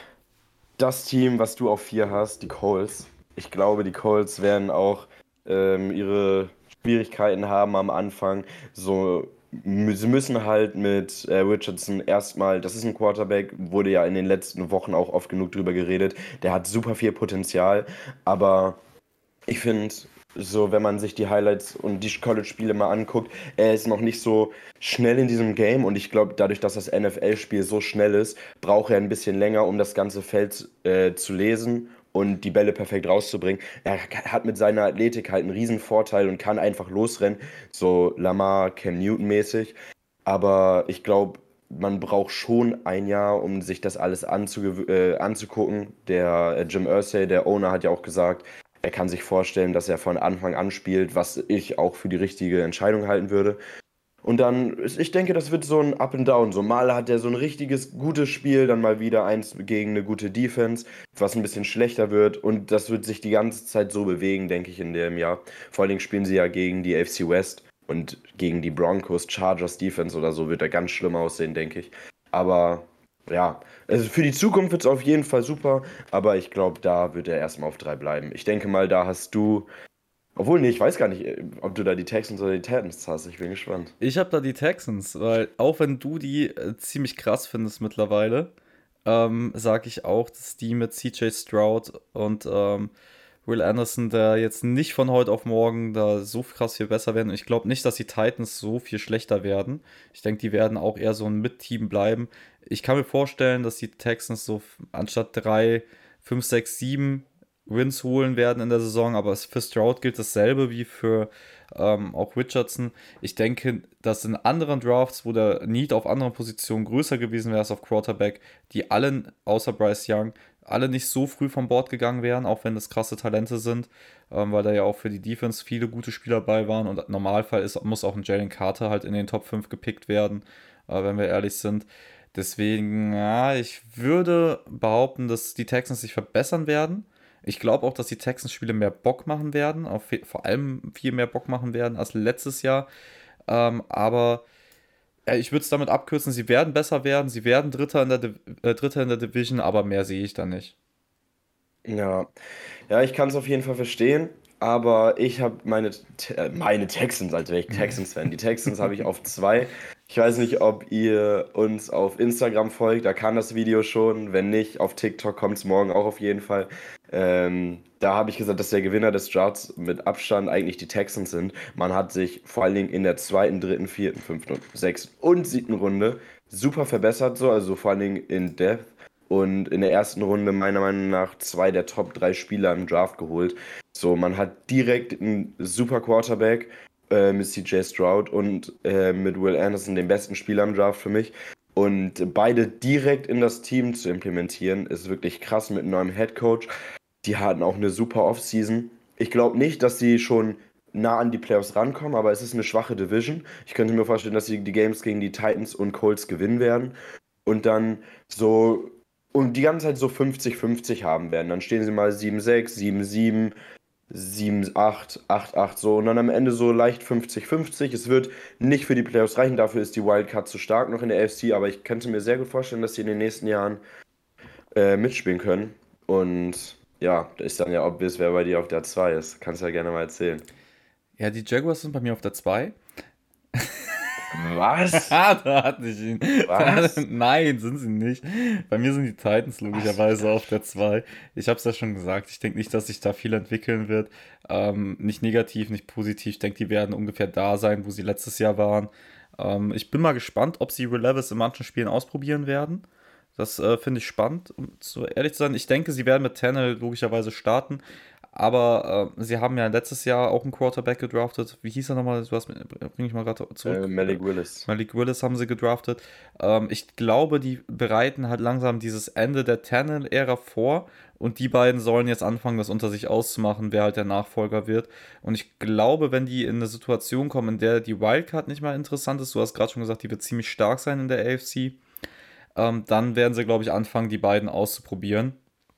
das Team, was du auf vier hast, die Colts. Ich glaube, die Colts werden auch ähm, ihre Schwierigkeiten haben am Anfang. So, mü- sie müssen halt mit äh, Richardson erstmal, das ist ein Quarterback, wurde ja in den letzten Wochen auch oft genug drüber geredet. Der hat super viel Potenzial, aber ich finde, so, wenn man sich die Highlights und die College-Spiele mal anguckt, er ist noch nicht so schnell in diesem Game und ich glaube, dadurch, dass das N F L-Spiel so schnell ist, braucht er ein bisschen länger, um das ganze Feld äh, zu lesen und die Bälle perfekt rauszubringen. Er hat mit seiner Athletik halt einen riesen Vorteil und kann einfach losrennen, so Lamar, Cam Newton-mäßig. Aber ich glaube, man braucht schon ein Jahr, um sich das alles anzugew- äh, anzugucken. Der äh, Jim Irsay, der Owner, hat ja auch gesagt, er kann sich vorstellen, dass er von Anfang an spielt, was ich auch für die richtige Entscheidung halten würde. Und dann, ist- ich denke, das wird so ein Up and Down. So mal hat er so ein richtiges gutes Spiel, dann mal wieder eins gegen eine gute Defense, was ein bisschen schlechter wird. Und das wird sich die ganze Zeit so bewegen, denke ich, in dem Jahr. Vor allen Dingen spielen sie ja gegen die A F C West und gegen die Broncos, Chargers Defense oder so wird er ganz schlimm aussehen, denke ich. Aber ja, also für die Zukunft wird es auf jeden Fall super, aber ich glaube, da wird er erstmal auf drei bleiben. Ich denke mal, da hast du. Obwohl, nee, ich weiß gar nicht, äh, ob du da die Texans oder die Titans hast. Ich bin gespannt. Ich habe da die Texans, weil auch wenn du die äh, ziemlich krass findest mittlerweile, ähm, sage ich auch, dass die mit C J Stroud und ähm, Will Anderson da jetzt nicht von heute auf morgen da so krass viel besser werden. Und ich glaube nicht, dass die Titans so viel schlechter werden. Ich denke, die werden auch eher so ein Mit-Team bleiben. Ich kann mir vorstellen, dass die Texans so f- anstatt drei, fünf, sechs, sieben Wins holen werden in der Saison, aber es- für Stroud gilt dasselbe wie für ähm, auch Richardson. Ich denke, dass in anderen Drafts, wo der Need auf anderen Positionen größer gewesen wäre als auf Quarterback, die allen, außer Bryce Young, alle nicht so früh vom Board gegangen wären, auch wenn das krasse Talente sind, ähm, weil da ja auch für die Defense viele gute Spieler bei waren und im Normalfall ist, muss auch ein Jalen Carter halt in den Top fünf gepickt werden, äh, wenn wir ehrlich sind. Deswegen, ja, ich würde behaupten, dass die Texans sich verbessern werden. Ich glaube auch, dass die Texans-Spiele mehr Bock machen werden, auf, vor allem viel mehr Bock machen werden als letztes Jahr. Ähm, aber äh, ich würde es damit abkürzen, sie werden besser werden, sie werden Dritter in der, Div- äh, Dritter in der Division, aber mehr sehe ich da nicht. Ja, ja, ich kann es auf jeden Fall verstehen, aber ich habe meine, Te- äh, meine Texans, als wäre ich Texans-Fan. Die Texans habe ich auf zwei. Ich weiß nicht, ob ihr uns auf Instagram folgt, da kann das Video schon. Wenn nicht, auf TikTok kommt es morgen auch auf jeden Fall. Ähm, da habe ich gesagt, dass der Gewinner des Drafts mit Abstand eigentlich die Texans sind. Man hat sich vor allen Dingen in der zweiten, dritten, vierten, fünften, und sechsten und siebten Runde super verbessert, so, also vor allen Dingen in Depth. Und in der ersten Runde meiner Meinung nach zwei der Top drei Spieler im Draft geholt. So, man hat direkt einen super Quarterback äh, mit C J Stroud und äh, mit Will Anderson den besten Spieler im Draft für mich. Und beide direkt in das Team zu implementieren, ist wirklich krass mit einem neuen Head Coach. Die hatten auch eine super Offseason. Ich glaube nicht, dass sie schon nah an die Playoffs rankommen, aber es ist eine schwache Division. Ich könnte mir vorstellen, dass sie die Games gegen die Titans und Colts gewinnen werden und dann so und die ganze Zeit so fünfzig fünfzig haben werden. Dann stehen sie mal sieben sechs, sieben sieben, sieben acht, acht acht so und dann am Ende so leicht fünfzig fünfzig. Es wird nicht für die Playoffs reichen, dafür ist die Wildcard zu stark noch in der A F C, aber ich könnte mir sehr gut vorstellen, dass sie in den nächsten Jahren äh, mitspielen können. Und ja, da ist dann ja obvious, wer bei dir auf der zwei ist. Kannst ja gerne mal erzählen. Ja, die Jaguars sind bei mir auf der zwei. Was? Da hatte ich ihn. Was? Nein, sind sie nicht. Bei mir sind die Titans Was? logischerweise auf der zwei. Ich habe es ja schon gesagt. Ich denke nicht, dass sich da viel entwickeln wird. Ähm, nicht negativ, nicht positiv. Ich denke, die werden ungefähr da sein, wo sie letztes Jahr waren. Ähm, ich bin mal gespannt, ob sie Will Levis in manchen Spielen ausprobieren werden. Das äh, finde ich spannend, um zu ehrlich zu sein. Ich denke, sie werden mit Tannehill logischerweise starten. Aber äh, sie haben ja letztes Jahr auch einen Quarterback gedraftet. Wie hieß er nochmal? Du hast, bring ich mal gerade Äh, zurück. Malik Willis. Malik Willis haben sie gedraftet. Ähm, ich glaube, die bereiten halt langsam dieses Ende der Tannehill-Ära vor und die beiden sollen jetzt anfangen, das unter sich auszumachen, wer halt der Nachfolger wird. Und ich glaube, wenn die in eine Situation kommen, in der die Wildcard nicht mal interessant ist, du hast gerade schon gesagt, die wird ziemlich stark sein in der A F C, ähm, dann werden sie, glaube ich, anfangen, die beiden auszuprobieren.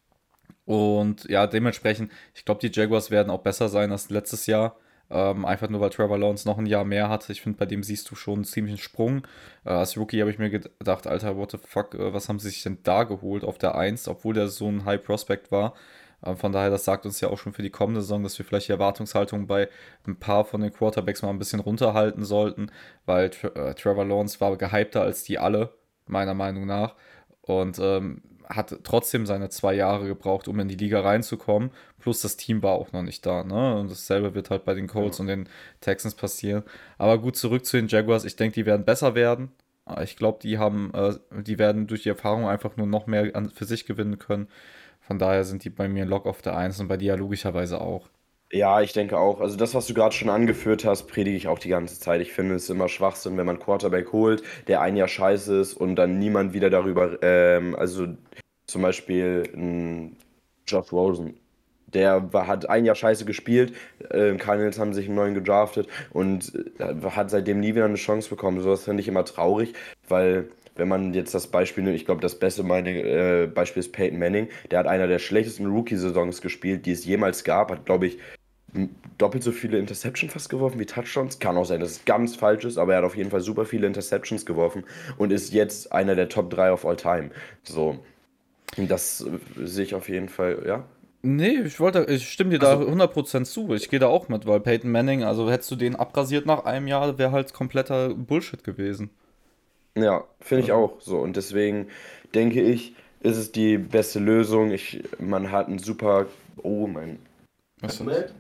Und ja, dementsprechend, ich glaube, die Jaguars werden auch besser sein als letztes Jahr. Ähm, einfach nur, weil Trevor Lawrence noch ein Jahr mehr hatte. Ich finde, bei dem siehst du schon einen ziemlichen Sprung. Äh, als Rookie habe ich mir gedacht, Alter, what the fuck, äh, was haben sie sich denn da geholt auf der eins, obwohl der so ein High Prospect war. Äh, von daher, das sagt uns ja auch schon für die kommende Saison, dass wir vielleicht die Erwartungshaltung bei ein paar von den Quarterbacks mal ein bisschen runterhalten sollten, weil Tra äh, Trevor Lawrence war gehypter als die alle, meiner Meinung nach. Und ähm, hat trotzdem seine zwei Jahre gebraucht, um in die Liga reinzukommen. Plus das Team war auch noch nicht da. Ne? Und dasselbe wird halt bei den Colts Ja. und den Texans passieren. Aber gut, zurück zu den Jaguars. Ich denke, die werden besser werden. Ich glaube, die haben, äh, die werden durch die Erfahrung einfach nur noch mehr an, für sich gewinnen können. Von daher sind die bei mir Lock auf der eins und bei dir ja logischerweise auch. Ja, ich denke auch. Also das, was du gerade schon angeführt hast, predige ich auch die ganze Zeit. Ich finde es immer Schwachsinn, wenn man einen Quarterback holt, der ein Jahr scheiße ist und dann niemand wieder darüber, ähm, also zum Beispiel ein Josh Rosen. Der war, hat ein Jahr scheiße gespielt, äh, Cardinals haben sich einen neuen gedraftet und äh, hat seitdem nie wieder eine Chance bekommen. Sowas finde ich immer traurig, weil wenn man jetzt das Beispiel nimmt, ich glaube, das beste meine, äh, Beispiel ist Peyton Manning. Der hat einer der schlechtesten Rookie-Saisons gespielt, die es jemals gab. Hat, glaube ich, m- doppelt so viele Interceptions fast geworfen wie Touchdowns. Kann auch sein, dass es ganz falsch ist, aber er hat auf jeden Fall super viele Interceptions geworfen und ist jetzt einer der Top drei of all time. So, das äh, sehe ich auf jeden Fall, ja. Nee, ich wollte, ich stimme dir da Also, hundert Prozent zu. Ich gehe da auch mit, weil Peyton Manning, also hättest du den abrasiert nach einem Jahr, wäre halt kompletter Bullshit gewesen. ja, finde ich Also, auch so. Und deswegen denke ich, ist es die beste Lösung. Ich, man hat einen super. Oh mein. was ist das?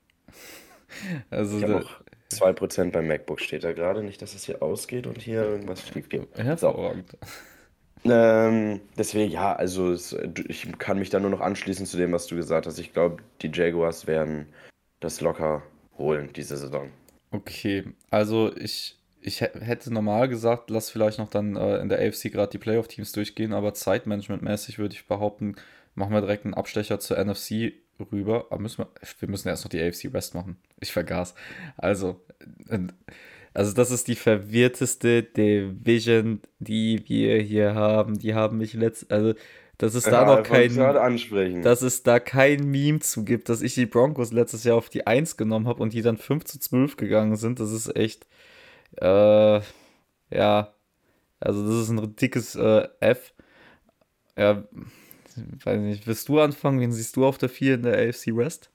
Also, Ich habe da- noch zwei Prozent beim MacBook, steht da gerade. Nicht, dass es hier ausgeht und hier irgendwas schief geht. So. hervorragend. Ähm, deswegen, ja, also es, ich kann mich da nur noch anschließen zu dem, was du gesagt hast. Ich glaube, die Jaguars werden das locker holen diese Saison. Okay, also ich, ich hä- hätte normal gesagt, lass vielleicht noch dann äh, in der A F C gerade die Playoff-Teams durchgehen, aber Zeitmanagement-mäßig würde ich behaupten, machen wir direkt einen Abstecher zur N F C rüber. Aber müssen wir, wir müssen erst noch die A F C West machen. Ich vergaß. Also, äh, also das ist die verwirrteste Division, die wir hier haben. Die haben mich letzt, also, dass es da noch Ja, wollte ich kein gerade ansprechen. dass es da kein Meme zu gibt, dass ich die Broncos letztes Jahr auf die eins genommen habe und die dann fünf zu zwölf gegangen sind. Das ist echt, äh, ja, also das ist ein dickes äh, F. Ja, weiß nicht, willst du anfangen? Wen siehst du auf der vier in der A F C West?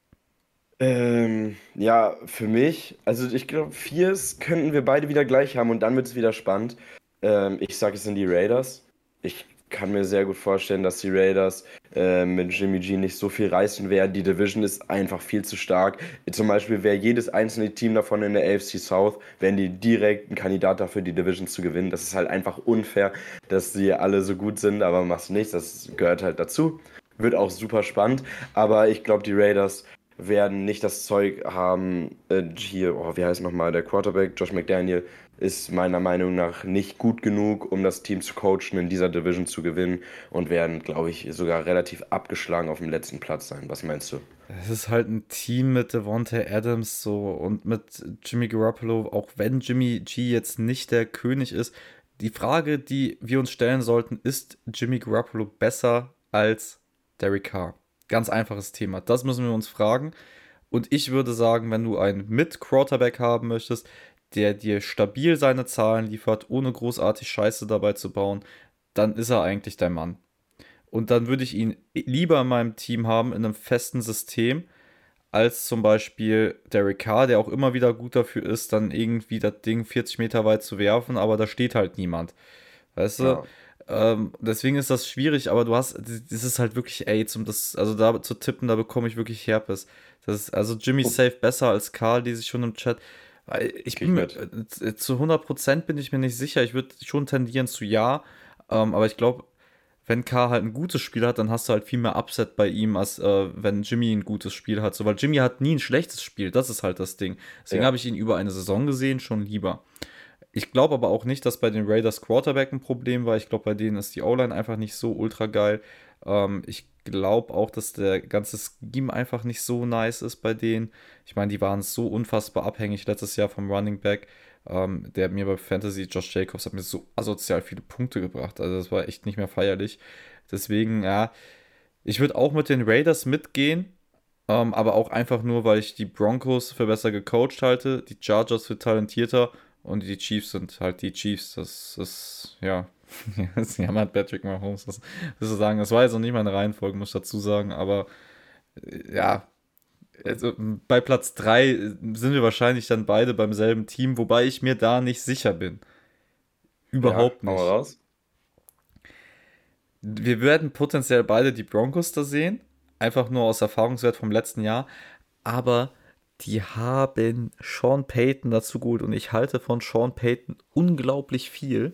Ähm, ja, für mich, also ich glaube, Viers könnten wir beide wieder gleich haben und dann wird es wieder spannend. Ähm, ich sage, es sind die Raiders. Ich kann mir sehr gut vorstellen, dass die Raiders äh, mit Jimmy G nicht so viel reißen werden. Die Division ist einfach viel zu stark. Zum Beispiel wäre jedes einzelne Team davon in der A F C South, wären die direkt ein Kandidat dafür, die Division zu gewinnen. Das ist halt einfach unfair, dass sie alle so gut sind, aber machst nichts. Das gehört halt dazu. Wird auch super spannend. Aber ich glaube, die Raiders werden nicht das Zeug haben, äh, hier, oh, wie heißt nochmal, der Quarterback, Josh McDaniel, ist meiner Meinung nach nicht gut genug, um das Team zu coachen, in dieser Division zu gewinnen und werden, glaube ich, sogar relativ abgeschlagen auf dem letzten Platz sein. Was meinst du? Es ist halt ein Team mit Devontae Adams so und mit Jimmy Garoppolo, auch wenn Jimmy G jetzt nicht der König ist. Die Frage, die wir uns stellen sollten, ist Jimmy Garoppolo besser als Derek Carr? Ganz einfaches Thema. Das müssen wir uns fragen. Und ich würde sagen, wenn du einen Mit-Quarterback haben möchtest, der dir stabil seine Zahlen liefert, ohne großartig Scheiße dabei zu bauen, dann ist er eigentlich dein Mann. Und dann würde ich ihn lieber in meinem Team haben, in einem festen System, als zum Beispiel Derek Carr, der auch immer wieder gut dafür ist, dann irgendwie das Ding vierzig Meter weit zu werfen, aber da steht halt niemand. Weißt du? Ja, Ähm, deswegen ist das schwierig, aber du hast, das ist halt wirklich AIDS, um das, also da zu tippen, da bekomme ich wirklich Herpes. Das ist, also Jimmy oh, safe besser als Karl, die sich schon im Chat. Weil Ich gehe ich bin mir, mit. äh, zu hundert Prozent bin ich mir nicht sicher. Ich würde schon tendieren zu ja, ähm, aber ich glaube, wenn K halt ein gutes Spiel hat, dann hast du halt viel mehr Upset bei ihm, als äh, wenn Jimmy ein gutes Spiel hat. So, weil Jimmy hat nie ein schlechtes Spiel, das ist halt das Ding. Deswegen Ja. habe ich ihn über eine Saison gesehen schon lieber. Ich glaube aber auch nicht, dass bei den Raiders Quarterback ein Problem war. Ich glaube, bei denen ist die O-Line einfach nicht so ultra geil. Ähm, ich glaube auch, dass der ganze Scheme einfach nicht so nice ist bei denen. Ich meine, die waren so unfassbar abhängig letztes Jahr vom Running Back. Ähm, der hat mir bei Fantasy, Josh Jacobs, hat mir so asozial viele Punkte gebracht. Also das war echt nicht mehr feierlich. Deswegen, ja, ich würde auch mit den Raiders mitgehen. Ähm, aber auch einfach nur, weil ich die Broncos für besser gecoacht halte, die Chargers für talentierter und die Chiefs sind halt die Chiefs. Das ist, ja, sie haben halt Patrick Mahomes. Das, das zu sagen, das war jetzt noch nicht meine Reihenfolge, muss ich dazu sagen, aber äh, ja, also bei Platz drei sind wir wahrscheinlich dann beide beim selben Team, wobei ich mir da nicht sicher bin. Ja, Überhaupt hau mal nicht. raus. Wir werden potenziell beide die Broncos da sehen, einfach nur aus Erfahrungswert vom letzten Jahr, aber die haben Sean Payton dazu geholt und ich halte von Sean Payton unglaublich viel.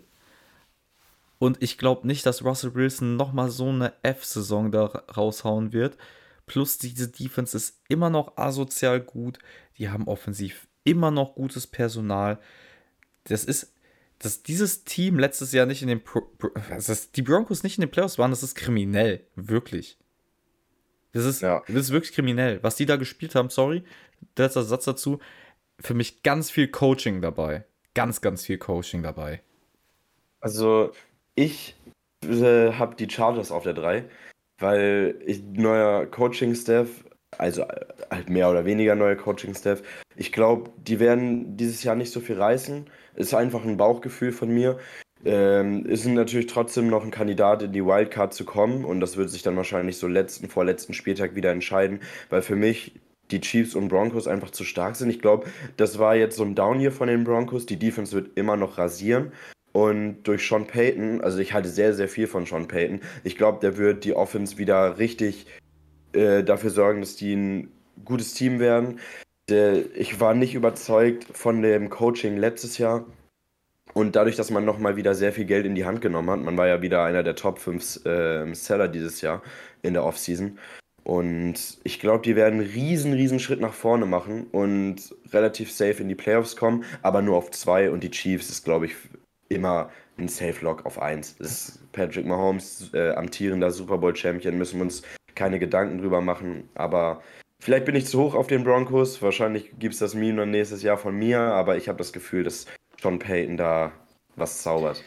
Und ich glaube nicht, dass Russell Wilson nochmal so eine F-Saison da raushauen wird. Plus diese Defense ist immer noch asozial gut. Die haben offensiv immer noch gutes Personal. Das ist, dass dieses Team letztes Jahr nicht in den Pro, Pro, also dass die Broncos nicht in den Playoffs waren, das ist kriminell. Wirklich. Das ist, Ja. das ist wirklich kriminell. Was die da gespielt haben, sorry, letzter Satz dazu. Für mich ganz viel Coaching dabei. Ganz, ganz viel Coaching dabei. Also, ich äh, habe die Chargers auf der drei, weil ich neuer Coaching-Staff, also äh, halt mehr oder weniger neuer Coaching-Staff, ich glaube, die werden dieses Jahr nicht so viel reißen. Ist einfach ein Bauchgefühl von mir. Ähm, ist natürlich trotzdem noch ein Kandidat, in die Wildcard zu kommen und das wird sich dann wahrscheinlich so letzten, vorletzten Spieltag wieder entscheiden, weil für mich die Chiefs und Broncos einfach zu stark sind. Ich glaube, das war jetzt so ein Down hier von den Broncos. Die Defense wird immer noch rasieren. Und durch Sean Payton, also ich halte sehr, sehr viel von Sean Payton. Ich glaube, der wird die Offense wieder richtig äh, dafür sorgen, dass die ein gutes Team werden. Der, ich war nicht überzeugt von dem Coaching letztes Jahr. Und dadurch, dass man nochmal wieder sehr viel Geld in die Hand genommen hat, man war ja wieder einer der Top fünf äh, Seller dieses Jahr in der Offseason. Und ich glaube, die werden einen riesen, riesen Schritt nach vorne machen und relativ safe in die Playoffs kommen, aber nur auf zwei. Und die Chiefs ist, glaube ich, immer ein Safe Lock auf eins. Das ist Patrick Mahomes, äh, amtierender Super Bowl Champion, müssen wir uns keine Gedanken drüber machen. Aber vielleicht bin ich zu hoch auf den Broncos. Wahrscheinlich gibt es das Meme dann nächstes Jahr von mir, aber ich habe das Gefühl, dass Sean Payton da was zaubert.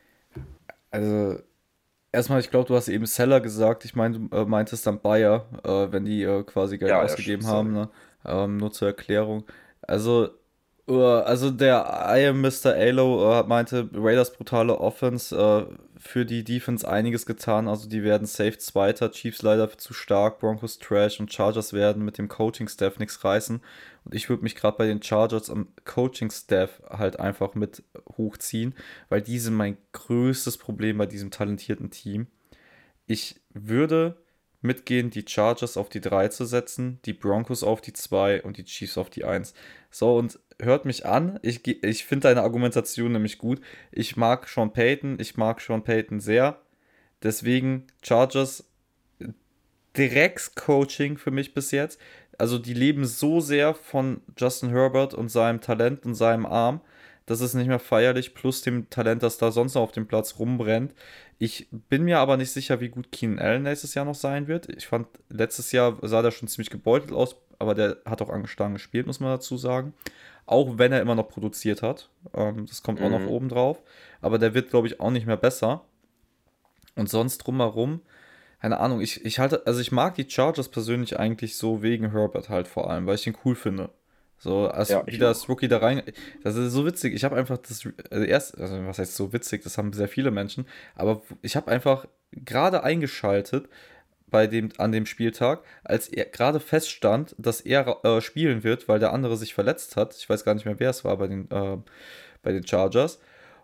Also, erstmal, ich glaube, du hast eben Seller gesagt. Ich meine, du äh, meintest dann Bayer, äh, wenn die äh, quasi Geld Ja, ja, ausgegeben haben, sorry. ne? Ähm, nur zur Erklärung. Also, äh, also der I am Mister Alo äh, meinte, Raiders brutale Offense äh, für die Defense einiges getan. Also die werden safe Zweiter, Chiefs leider zu stark, Broncos Trash und Chargers werden mit dem Coaching-Staff nichts reißen. Und ich würde mich gerade bei den Chargers am Coaching-Staff halt einfach mit hochziehen, weil die sind mein größtes Problem bei diesem talentierten Team. Ich würde mitgehen, die Chargers auf die drei zu setzen, die Broncos auf die zwei und die Chiefs auf die eins. So, und hört mich an. Ich, ge- ich finde deine Argumentation nämlich gut. Ich mag Sean Payton, ich mag Sean Payton sehr. Deswegen Chargers direktes Coaching für mich bis jetzt. Also die leben so sehr von Justin Herbert und seinem Talent und seinem Arm, das ist nicht mehr feierlich, plus dem Talent, das da sonst noch auf dem Platz rumbrennt. Ich bin mir aber nicht sicher, wie gut Keenan Allen nächstes Jahr noch sein wird. Ich fand, letztes Jahr sah der schon ziemlich gebeutelt aus, aber der hat auch angeschlagen gespielt, muss man dazu sagen. Auch wenn er immer noch produziert hat. Ähm, das kommt auch noch Mhm. oben drauf. Aber der wird, glaube ich, auch nicht mehr besser. Und sonst drumherum, keine Ahnung, ich, ich halte, also ich mag die Chargers persönlich eigentlich so wegen Herbert halt vor allem, weil ich ihn cool finde. So, als Ja, wie ich das auch. Rookie da rein. Das ist so witzig. Ich habe einfach das. Also erst, also was heißt so witzig? Das haben sehr viele Menschen. Aber ich habe einfach gerade eingeschaltet bei dem, an dem Spieltag, als er gerade feststand, dass er äh, spielen wird, weil der andere sich verletzt hat. Ich weiß gar nicht mehr, wer es war bei den, äh, bei den Chargers.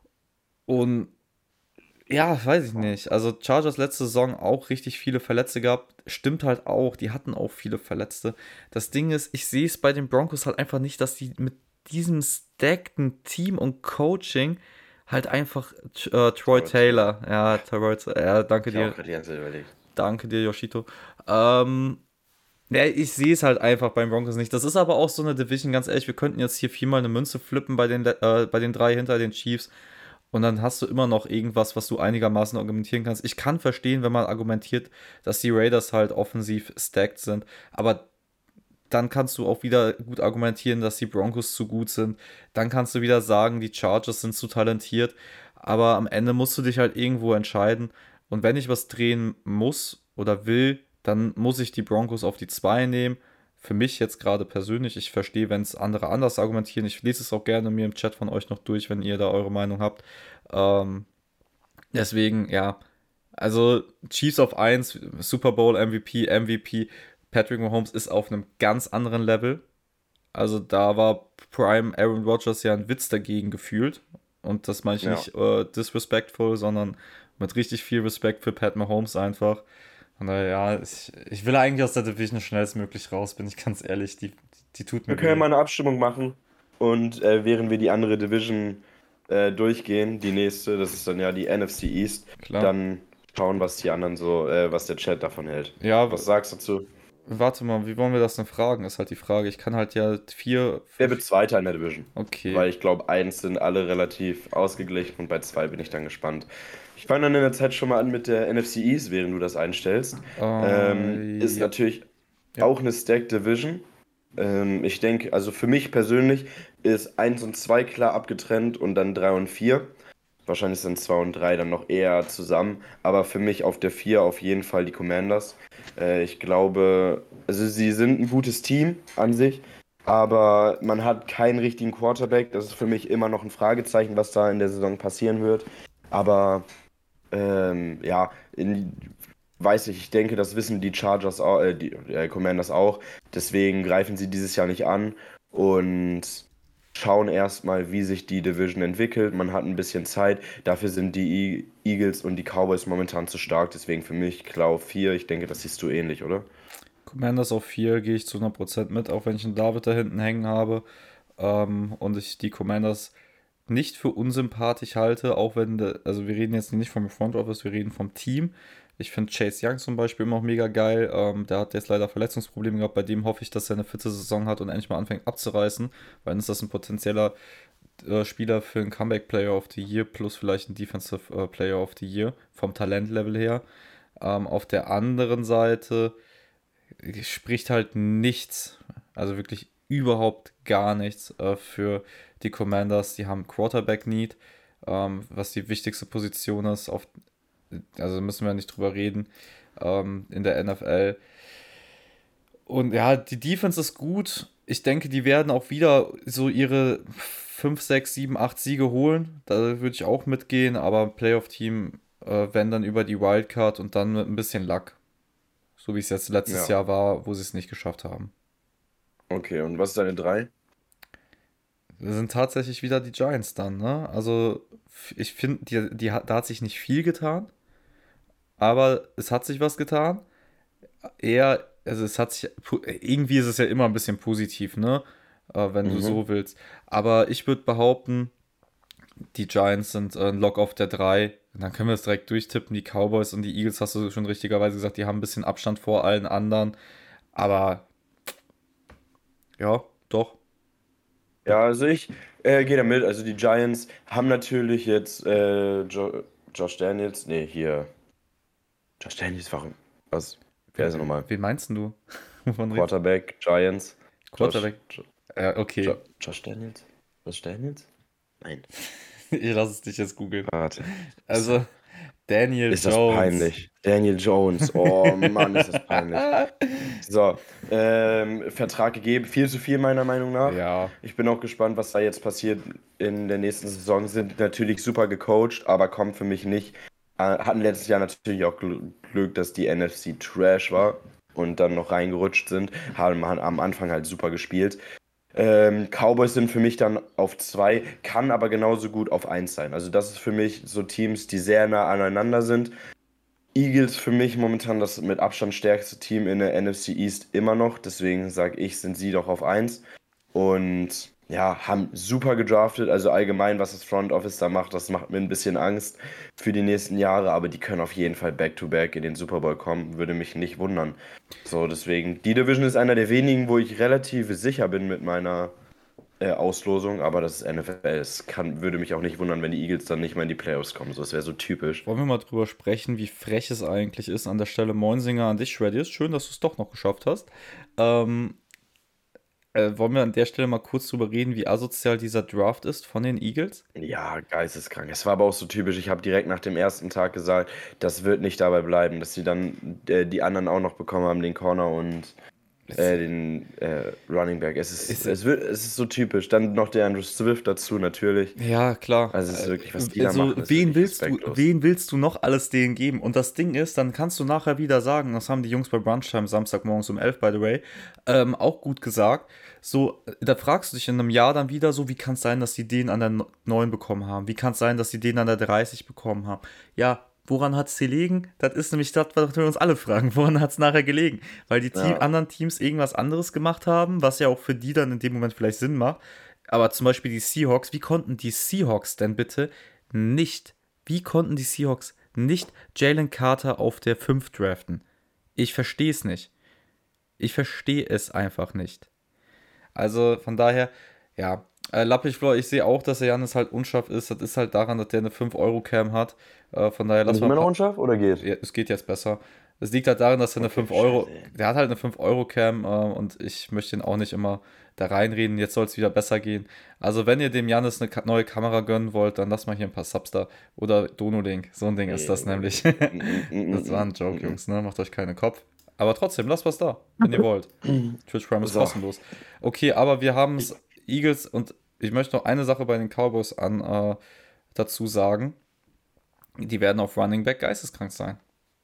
Und ja, weiß ich nicht. Also Chargers letzte Saison auch richtig viele Verletzte gehabt. Stimmt halt auch, die hatten auch viele Verletzte. Das Ding ist, ich sehe es bei den Broncos halt einfach nicht, dass die mit diesem stackten Team und Coaching halt einfach äh, Troy Taylor, ja, Troy, ja, danke Ich habe dir, auch gerade die ganze Zeit überlegt. danke dir, Yoshito. Ähm, ja, ich sehe es halt einfach beim Broncos nicht. Das ist aber auch so eine Division, ganz ehrlich, wir könnten jetzt hier viermal eine Münze flippen bei den, äh, bei den drei hinter den Chiefs. Und dann hast du immer noch irgendwas, was du einigermaßen argumentieren kannst. Ich kann verstehen, wenn man argumentiert, dass die Raiders halt offensiv stacked sind. Aber dann kannst du auch wieder gut argumentieren, dass die Broncos zu gut sind. Dann kannst du wieder sagen, die Chargers sind zu talentiert. Aber am Ende musst du dich halt irgendwo entscheiden. Und wenn ich was drehen muss oder will, dann muss ich die Broncos auf die zwei nehmen. Für mich jetzt gerade persönlich, ich verstehe, wenn es andere anders argumentieren. Ich lese es auch gerne mir im Chat von euch noch durch, wenn ihr da eure Meinung habt. Ähm, deswegen, ja. Also Chiefs auf eins, Super Bowl M V P, M V P. Patrick Mahomes ist auf einem ganz anderen Level. Also da war Prime Aaron Rodgers ja ein Witz dagegen gefühlt. Und das meine ich Ja. nicht äh, disrespectful, sondern mit richtig viel Respekt für Pat Mahomes einfach. Und daher, ja, ich, ich will eigentlich aus der Division schnellstmöglich raus, bin ich ganz ehrlich. Die, die tut mir Wir können ja weh. mal eine Abstimmung machen und äh, während wir die andere Division äh, durchgehen, die nächste, das ist dann ja die N F C East, Klar. dann schauen, was die anderen so, äh, was der Chat davon hält. Ja, Was sagst du dazu? warte mal, wie wollen wir das denn fragen, ist halt die Frage. Ich kann halt ja vier. Wer wird Zweiter in der Division? Okay. Weil ich glaube, eins sind alle relativ ausgeglichen und bei zwei bin ich dann gespannt. Ich fange dann in der Zeit schon mal an mit der N F C East, während du das einstellst. Äh, Ähm, ist ja. natürlich Ja. auch eine Stacked Division. Ähm, ich denke, also für mich persönlich ist eins und zwei klar abgetrennt und dann drei und vier. Wahrscheinlich sind zwei und drei dann noch eher zusammen. Aber für mich auf der vier auf jeden Fall die Commanders. Äh, ich glaube, also sie sind ein gutes Team an sich, aber man hat keinen richtigen Quarterback. Das ist für mich immer noch ein Fragezeichen, was da in der Saison passieren wird. Aber ähm, ja, in, weiß ich, ich denke, das wissen die Chargers auch, äh, die äh, Commanders auch. Deswegen greifen sie dieses Jahr nicht an und schauen erstmal, wie sich die Division entwickelt. Man hat ein bisschen Zeit. Dafür sind die E- Eagles und die Cowboys momentan zu stark. Deswegen für mich klar auf vier. Ich denke, das siehst du ähnlich, oder? Commanders auf vier gehe ich zu hundert Prozent mit, auch wenn ich einen David da hinten hängen habe. Ähm, und ich die Commanders nicht für unsympathisch halte, auch wenn, de, also wir reden jetzt nicht vom Front Office, wir reden vom Team. Ich finde Chase Young zum Beispiel immer noch mega geil. Ähm, der hat jetzt leider Verletzungsprobleme gehabt. Bei dem hoffe ich, dass er eine fitte Saison hat und endlich mal anfängt abzureißen, weil dann ist das ein potenzieller äh, Spieler für einen Comeback Player of the Year plus vielleicht ein Defensive äh, Player of the Year vom Talentlevel her. Ähm, auf der anderen Seite spricht halt nichts, also wirklich überhaupt gar nichts äh, für die Commanders. Die haben Quarterback-Need, ähm, was die wichtigste Position ist. Auf, also müssen wir nicht drüber reden ähm, in der N F L. Und ja, die Defense ist gut. Ich denke, die werden auch wieder so ihre fünf, sechs, sieben, acht Siege holen. Da würde ich auch mitgehen, aber Playoff-Team, äh, wenn dann über die Wildcard und dann mit ein bisschen Luck. So wie es jetzt letztes Ja. Jahr war, wo sie es nicht geschafft haben. Okay, und was ist deine drei? Wir sind tatsächlich wieder die Giants dann, ne? Also, f- ich finde, die, die, hat- da hat sich nicht viel getan, aber es hat sich was getan. Eher, also es hat sich, pu- irgendwie ist es ja immer ein bisschen positiv, ne? Äh, wenn du Mhm. so willst. Aber ich würde behaupten, die Giants sind äh, ein Lock auf der drei. Und dann können wir es direkt durchtippen. Die Cowboys und die Eagles, hast du schon richtigerweise gesagt, die haben ein bisschen Abstand vor allen anderen. Aber ja, doch. Ja, also ich äh, gehe damit. Also die Giants haben natürlich jetzt äh, jo Josh Daniels. Nee, hier. Josh Daniels, warum? Was? Wer ist er nochmal? Wen meinst denn du? Wovon redest Quarterback, Giants. du? Josh, Quarterback? Jo Ja, okay. Jo Josh Daniels? Josh Daniels? Nein. Ich lasse es dich jetzt googeln. Warte. Also, Daniel Ist das Jones. peinlich? Daniel Jones. Oh Mann, ist das peinlich. So, ähm, Vertrag gegeben. Viel zu viel meiner Meinung nach. Ja, Ich bin auch gespannt, was da jetzt passiert in der nächsten Saison. Sind natürlich super gecoacht, aber kommt für mich nicht Äh, hatten letztes Jahr natürlich auch Gl- Glück, dass die N F C Trash war und dann noch reingerutscht sind. Haben han- am Anfang halt super gespielt. Ähm, Cowboys sind für mich dann auf zwei, kann aber genauso gut auf eins sein. Also das ist für mich so Teams, die sehr nah aneinander sind. Eagles für mich momentan das mit Abstand stärkste Team in der N F C East immer noch. Deswegen sage ich, sind sie doch auf eins. Und ja, haben super gedraftet. Also allgemein, was das Front Office da macht, das macht mir ein bisschen Angst für die nächsten Jahre. Aber die können auf jeden Fall Back-to-Back in den Super Bowl kommen. Würde mich nicht wundern. So, deswegen, die Division ist einer der wenigen, wo ich relativ sicher bin mit meiner äh, Auslosung. Aber das ist N F L. Es kann, würde mich auch nicht wundern, wenn die Eagles dann nicht mal in die Playoffs kommen. So, das wäre so typisch. Wollen wir mal drüber sprechen, wie frech es eigentlich ist? An der Stelle Moinsinger an dich, Shreddius. Schön, dass du es doch noch geschafft hast. Ähm, äh, wollen wir an der Stelle mal kurz drüber reden, wie asozial dieser Draft ist von den Eagles? Ja, geisteskrank. Es war aber auch so typisch. Ich habe direkt nach dem ersten Tag gesagt, das wird nicht dabei bleiben, dass sie dann äh, die anderen auch noch bekommen haben, den Corner und Es äh, den äh, Running Back. Es ist, ist, es wird, es ist so typisch. Dann noch der Andrew Swift dazu natürlich. Ja, klar. Also es ist Äh, wirklich, was die da Also, machen, ist wen wirklich willst du, respektlos. wen willst du noch alles denen geben? Und das Ding ist, dann kannst du nachher wieder sagen, das haben die Jungs bei Brunchtime Samstagmorgens um elf, by the way, ähm, auch gut gesagt. So, äh, da fragst du dich in einem Jahr dann wieder so, wie kann es sein, dass die den an der neun bekommen haben? Wie kann es sein, dass die den an der dreißig bekommen haben? Ja, woran hat es gelegen? Das ist nämlich das, was wir uns alle fragen. Woran hat es nachher gelegen? Weil die Team, Ja, anderen Teams irgendwas anderes gemacht haben, was ja auch für die dann in dem Moment vielleicht Sinn macht. Aber zum Beispiel die Seahawks, wie konnten die Seahawks denn bitte nicht, wie konnten die Seahawks nicht Jalen Carter auf der fünf draften? Ich verstehe es nicht. Ich verstehe es einfach nicht. Also von daher, ja, äh, Lappichflor, ich sehe auch, dass der Janis halt unscharf ist. Das ist halt daran, dass der eine fünf Euro Cam hat. Äh, von daher bin lass ich mal ein immer noch paar, unscharf oder geht? ja, es geht jetzt besser. Es liegt halt daran, dass er eine Okay, fünf scheiße, Euro, ey. der hat halt eine fünf Euro Cam äh, und ich möchte ihn auch nicht immer da reinreden. Jetzt soll es wieder besser gehen. Also wenn ihr dem Janis eine Ka- neue Kamera gönnen wollt, dann lasst mal hier ein paar Subs da. Oder Donolink, so ein Ding ist Nee, das nee, nämlich. nee. Mm, mm, Das war mm, ein mm, Joke, mm, Jungs, ne? Macht euch keinen Kopf. Aber trotzdem, lasst was da, wenn ihr wollt. mm. Twitch Prime ist So. kostenlos. Okay, aber wir haben es Eagles und ich möchte noch eine Sache bei den Cowboys an äh, dazu sagen. Die werden auf Running Back geisteskrank sein.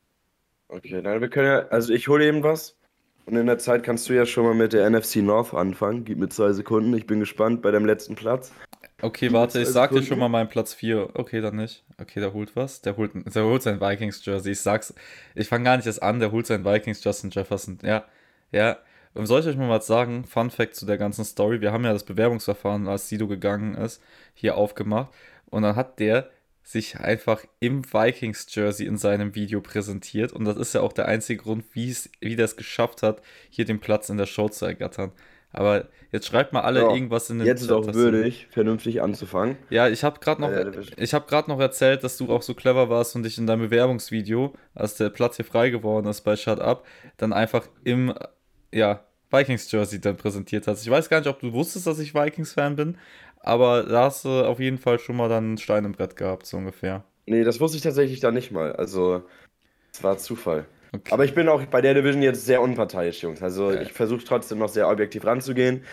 Okay, dann wir können ja, also ich hole eben was. Und in der Zeit kannst du ja schon mal mit der N F C North anfangen. Gib mir zwei Sekunden. Ich bin gespannt bei deinem letzten Platz. Okay, Gib mir warte, ich zwei sag dir schon mal Sekunden. meinen Platz vier. Okay, dann nicht. Okay, der holt was. Der holt, der holt sein Vikings-Jersey. Ich sag's, ich fange gar nicht erst an, der holt sein Vikings Justin Jefferson. Ja, ja. Und soll ich euch mal was sagen? Fun Fact zu der ganzen Story. Wir haben ja das Bewerbungsverfahren, als Sido gegangen ist, hier aufgemacht. Und dann hat der sich einfach im Vikings-Jersey in seinem Video präsentiert. Und das ist ja auch der einzige Grund, wie es, wie der es geschafft hat, hier den Platz in der Show zu ergattern. Aber jetzt schreibt mal alle So, irgendwas in den jetzt ist Chat, auch dass du. würdig, vernünftig anzufangen. Ja, ich habe gerade Bei noch, der Division. ich habe gerade noch erzählt, dass du auch so clever warst und dich in deinem Bewerbungsvideo, als der Platz hier frei geworden ist bei Shut Up, dann einfach im, ja, Vikings-Jersey dann präsentiert hast. Ich weiß gar nicht, ob du wusstest, dass ich Vikings-Fan bin, aber da hast du auf jeden Fall schon mal dann einen Stein im Brett gehabt, so ungefähr. Nee, das wusste ich tatsächlich da nicht mal. Also, es war Zufall. Aber Okay. ich bin auch bei der Division jetzt sehr unparteiisch, Jungs. Also, Äh, ich versuche trotzdem noch sehr objektiv ranzugehen.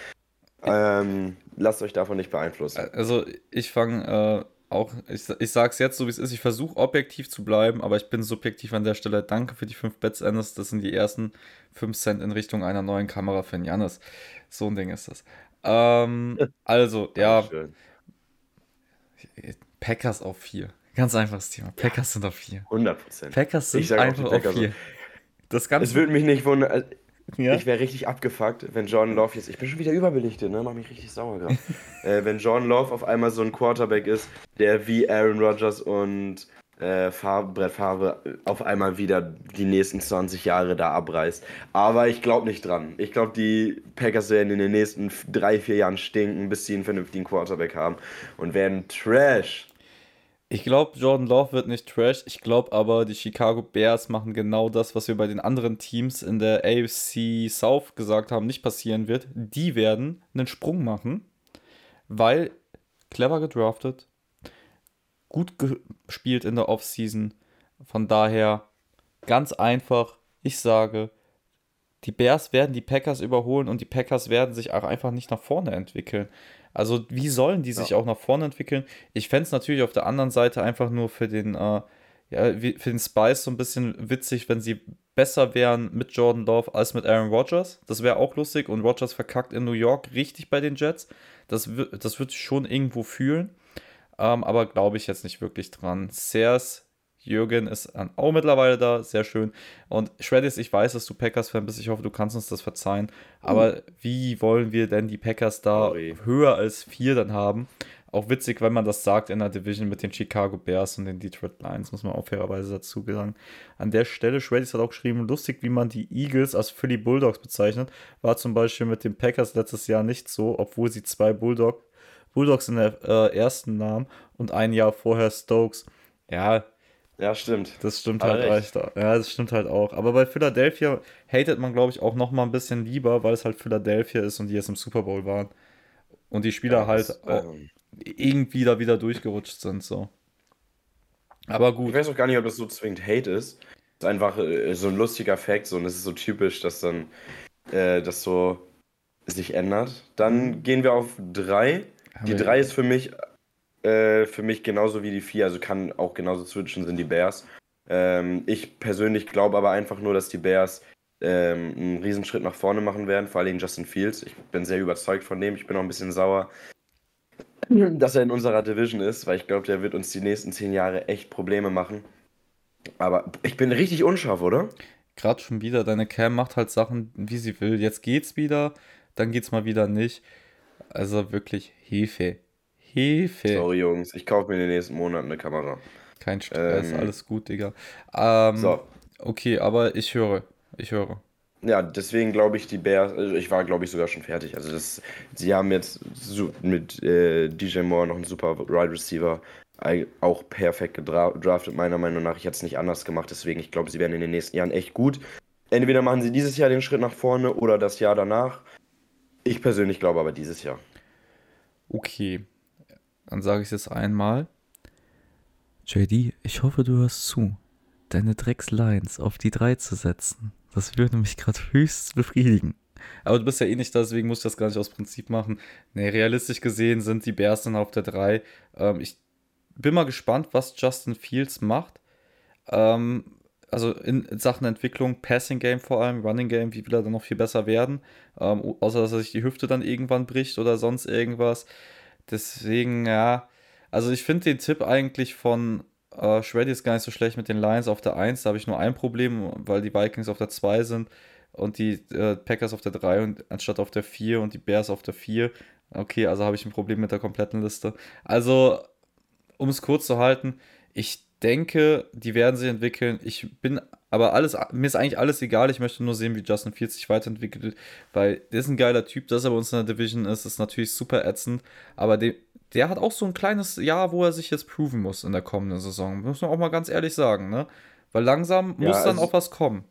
Ähm, lasst euch davon nicht beeinflussen. Also ich fange äh, auch, ich, ich sag's jetzt so wie es ist, ich versuche objektiv zu bleiben, aber ich bin subjektiv an der Stelle. Danke für die fünf Bets, Ennis. Das sind die ersten fünf Cent in Richtung einer neuen Kamera für den Jannis. So ein Ding ist das. Ähm, also, ja, Dankeschön. Packers auf vier. Ganz einfaches Thema. Ja, Packers sind auf vier. hundert Prozent. Packers Ich sind sage auch die einfach auf Packers so. vier. Das Es Ganze, würde mich nicht wundern. also, ja. Ich wäre richtig abgefuckt, wenn Jordan Love jetzt. Ich bin schon wieder überbelichtet, ne? Mach mich richtig sauer gerade. äh, wenn Jordan Love auf einmal so ein Quarterback ist, der wie Aaron Rodgers und äh, Favre, Brett Favre auf einmal wieder die nächsten zwanzig Jahre da abreißt. Aber ich glaube nicht dran. Ich glaube, die Packers werden in den nächsten f- drei, vier Jahren stinken, bis sie einen vernünftigen Quarterback haben und werden Trash. Ich glaube, Jordan Love wird nicht trash. Ich glaube aber, die Chicago Bears machen genau das, was wir bei den anderen Teams in der A F C South gesagt haben, nicht passieren wird. Die werden einen Sprung machen, weil clever gedraftet, gut gespielt in der Offseason. Von daher ganz einfach, ich sage, die Bears werden die Packers überholen und die Packers werden sich auch einfach nicht nach vorne entwickeln. Also, wie sollen die Ja. sich auch nach vorne entwickeln? Ich fände es natürlich auf der anderen Seite einfach nur für den, äh, ja, wie- für den Spice so ein bisschen witzig, wenn sie besser wären mit Jordan Love als mit Aaron Rodgers. Das wäre auch lustig und Rodgers verkackt in New York richtig bei den Jets. Das, wür- das würde ich schon irgendwo fühlen, ähm, aber glaube ich jetzt nicht wirklich dran. Sears, Jürgen ist dann auch mittlerweile da, sehr schön. Und Shreddis, ich weiß, dass du Packers-Fan bist, ich hoffe, du kannst uns das verzeihen, aber wie wollen wir denn die Packers da Sorry. höher als vier dann haben? Auch witzig, wenn man das sagt in der Division mit den Chicago Bears und den Detroit Lions, muss man auch fairerweise dazu sagen. An der Stelle, Shreddis hat auch geschrieben, lustig, wie man die Eagles als Philly Bulldogs bezeichnet, war zum Beispiel mit den Packers letztes Jahr nicht so, obwohl sie zwei Bulldog, Bulldogs in der äh, ersten nahmen und ein Jahr vorher Stokes. Ja, Ja, stimmt. das stimmt Hat er halt recht. echt. Ja, das stimmt halt auch. Aber bei Philadelphia hatet man, glaube ich, auch noch mal ein bisschen lieber, weil es halt Philadelphia ist und die jetzt im Super Bowl waren. Und die Spieler Ja, halt das, auch ähm, irgendwie da wieder durchgerutscht sind, so. Aber ich gut. weiß auch gar nicht, ob das so zwingend Hate ist. Es ist einfach äh, so ein lustiger Fact, so, und es ist so typisch, dass dann äh, das so sich ändert. Dann gehen wir auf drei. Die Aber, drei ist für mich, äh, für mich genauso wie die vier, also kann auch genauso switchen, sind die Bears. Ähm, ich persönlich glaube aber einfach nur, dass die Bears ähm, einen Riesenschritt nach vorne machen werden, vor allem Justin Fields. Ich bin sehr überzeugt von dem. Ich bin auch ein bisschen sauer, dass er in unserer Division ist, weil ich glaube, der wird uns die nächsten zehn Jahre echt Probleme machen. Aber ich bin richtig unscharf, oder? gerade schon wieder, deine Cam macht halt Sachen, wie sie will. Jetzt geht's wieder, dann geht's mal wieder nicht. Also wirklich Hefe. Hefe. Sorry, Jungs, ich kaufe mir in den nächsten Monaten eine Kamera. Kein Stress, Ähm, alles gut, Digga. Ähm, so, okay, aber ich höre. Ich höre. ja, deswegen glaube ich, die Bears, also ich war, glaube ich, sogar schon fertig. Also das, sie haben jetzt so mit äh, D J Moore noch einen super Wide Receiver, ei- auch perfekt gedraftet, meiner Meinung nach. Ich hätte es nicht anders gemacht, deswegen, ich glaube, sie werden in den nächsten Jahren echt gut. Entweder machen sie dieses Jahr den Schritt nach vorne oder das Jahr danach. Ich persönlich glaube aber dieses Jahr. Okay, dann sage ich es jetzt einmal. J D, ich hoffe, du hörst zu. Deine Dreckslines auf die drei zu setzen, das würde mich gerade höchst befriedigen. Aber du bist ja eh nicht da, deswegen muss ich das gar nicht aus Prinzip machen. Nee, realistisch gesehen sind die Bears dann auf der drei. Ähm, ich bin mal gespannt, was Justin Fields macht. Ähm, also in Sachen Entwicklung, Passing Game vor allem, Running Game, wie will er dann noch viel besser werden? Ähm, außer, dass er sich die Hüfte dann irgendwann bricht oder sonst irgendwas. Deswegen, ja. Also ich finde den Tipp eigentlich von äh, Shreddy ist gar nicht so schlecht mit den Lions auf der eins. Da habe ich nur ein Problem, weil die Vikings auf der zwei sind und die äh, Packers auf der drei und anstatt auf der vier und die Bears auf der vier. Okay, also habe ich ein Problem mit der kompletten Liste. Also um es kurz zu halten, ich denke, die werden sich entwickeln. Ich bin aber alles, mir ist eigentlich alles egal. Ich möchte nur sehen, wie Justin Fields sich weiterentwickelt, weil der ist ein geiler Typ, dass er bei uns in der Division ist, ist natürlich super ätzend, aber der, der hat auch so ein kleines Jahr, wo er sich jetzt proven muss in der kommenden Saison. Muss man auch mal ganz ehrlich sagen, ne? Weil langsam Ja, muss dann also auch was kommen.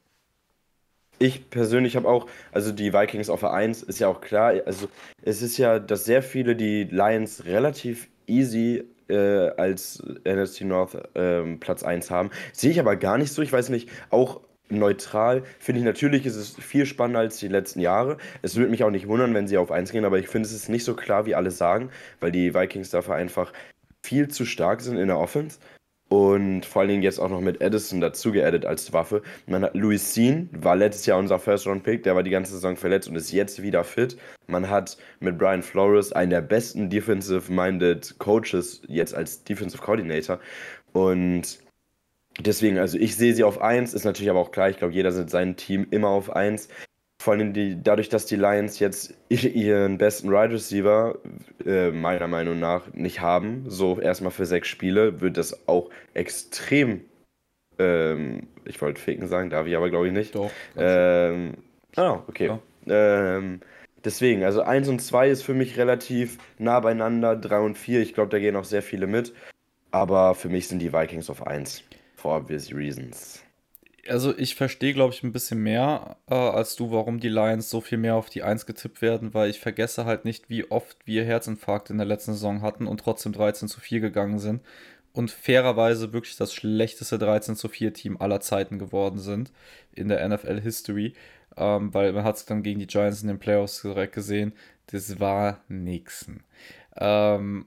ich persönlich habe auch, also die Vikings auf der eins ist ja auch klar, also es ist ja, dass sehr viele die Lions relativ easy äh, als N F C North ähm, Platz eins haben. Sehe ich aber gar nicht so, ich weiß nicht, auch neutral finde ich natürlich, ist es viel spannender als die letzten Jahre. Es würde mich auch nicht wundern, wenn sie auf eins gehen, aber ich finde, es ist nicht so klar, wie alle sagen, weil die Vikings dafür einfach viel zu stark sind in der Offense. Und vor allen Dingen jetzt auch noch mit Edison dazu geaddet als Waffe. Man hat Louis Sean, war letztes Jahr unser First-Round-Pick, der war die ganze Saison verletzt und ist jetzt wieder fit. Man hat mit Brian Flores einen der besten Defensive-Minded Coaches jetzt als Defensive Coordinator. Und deswegen, also ich sehe sie auf eins, ist natürlich aber auch klar, ich glaube, jeder sieht sein Team immer auf eins. Vor allem die, dadurch, dass die Lions jetzt ihren besten Wide Receiver äh, meiner Meinung nach nicht haben, so erstmal für sechs Spiele, wird das auch extrem, ähm, ich wollte Ficken sagen, darf ich aber glaube ich nicht. Doch, kannst du. Ähm, ah, okay. Ja. Ähm, deswegen, also eins und zwei ist für mich relativ nah beieinander, drei und vier, ich glaube, da gehen auch sehr viele mit. Aber für mich sind die Vikings auf eins. For obvious reasons. Also ich verstehe, glaube ich, ein bisschen mehr äh, als du, warum die Lions so viel mehr auf die Eins getippt werden, weil ich vergesse halt nicht, wie oft wir Herzinfarkt in der letzten Saison hatten und trotzdem dreizehn zu vier gegangen sind und fairerweise wirklich das schlechteste dreizehn zu vier Team aller Zeiten geworden sind in der N F L History, ähm, weil man hat es dann gegen die Giants in den Playoffs direkt gesehen, das war nixen. Ähm,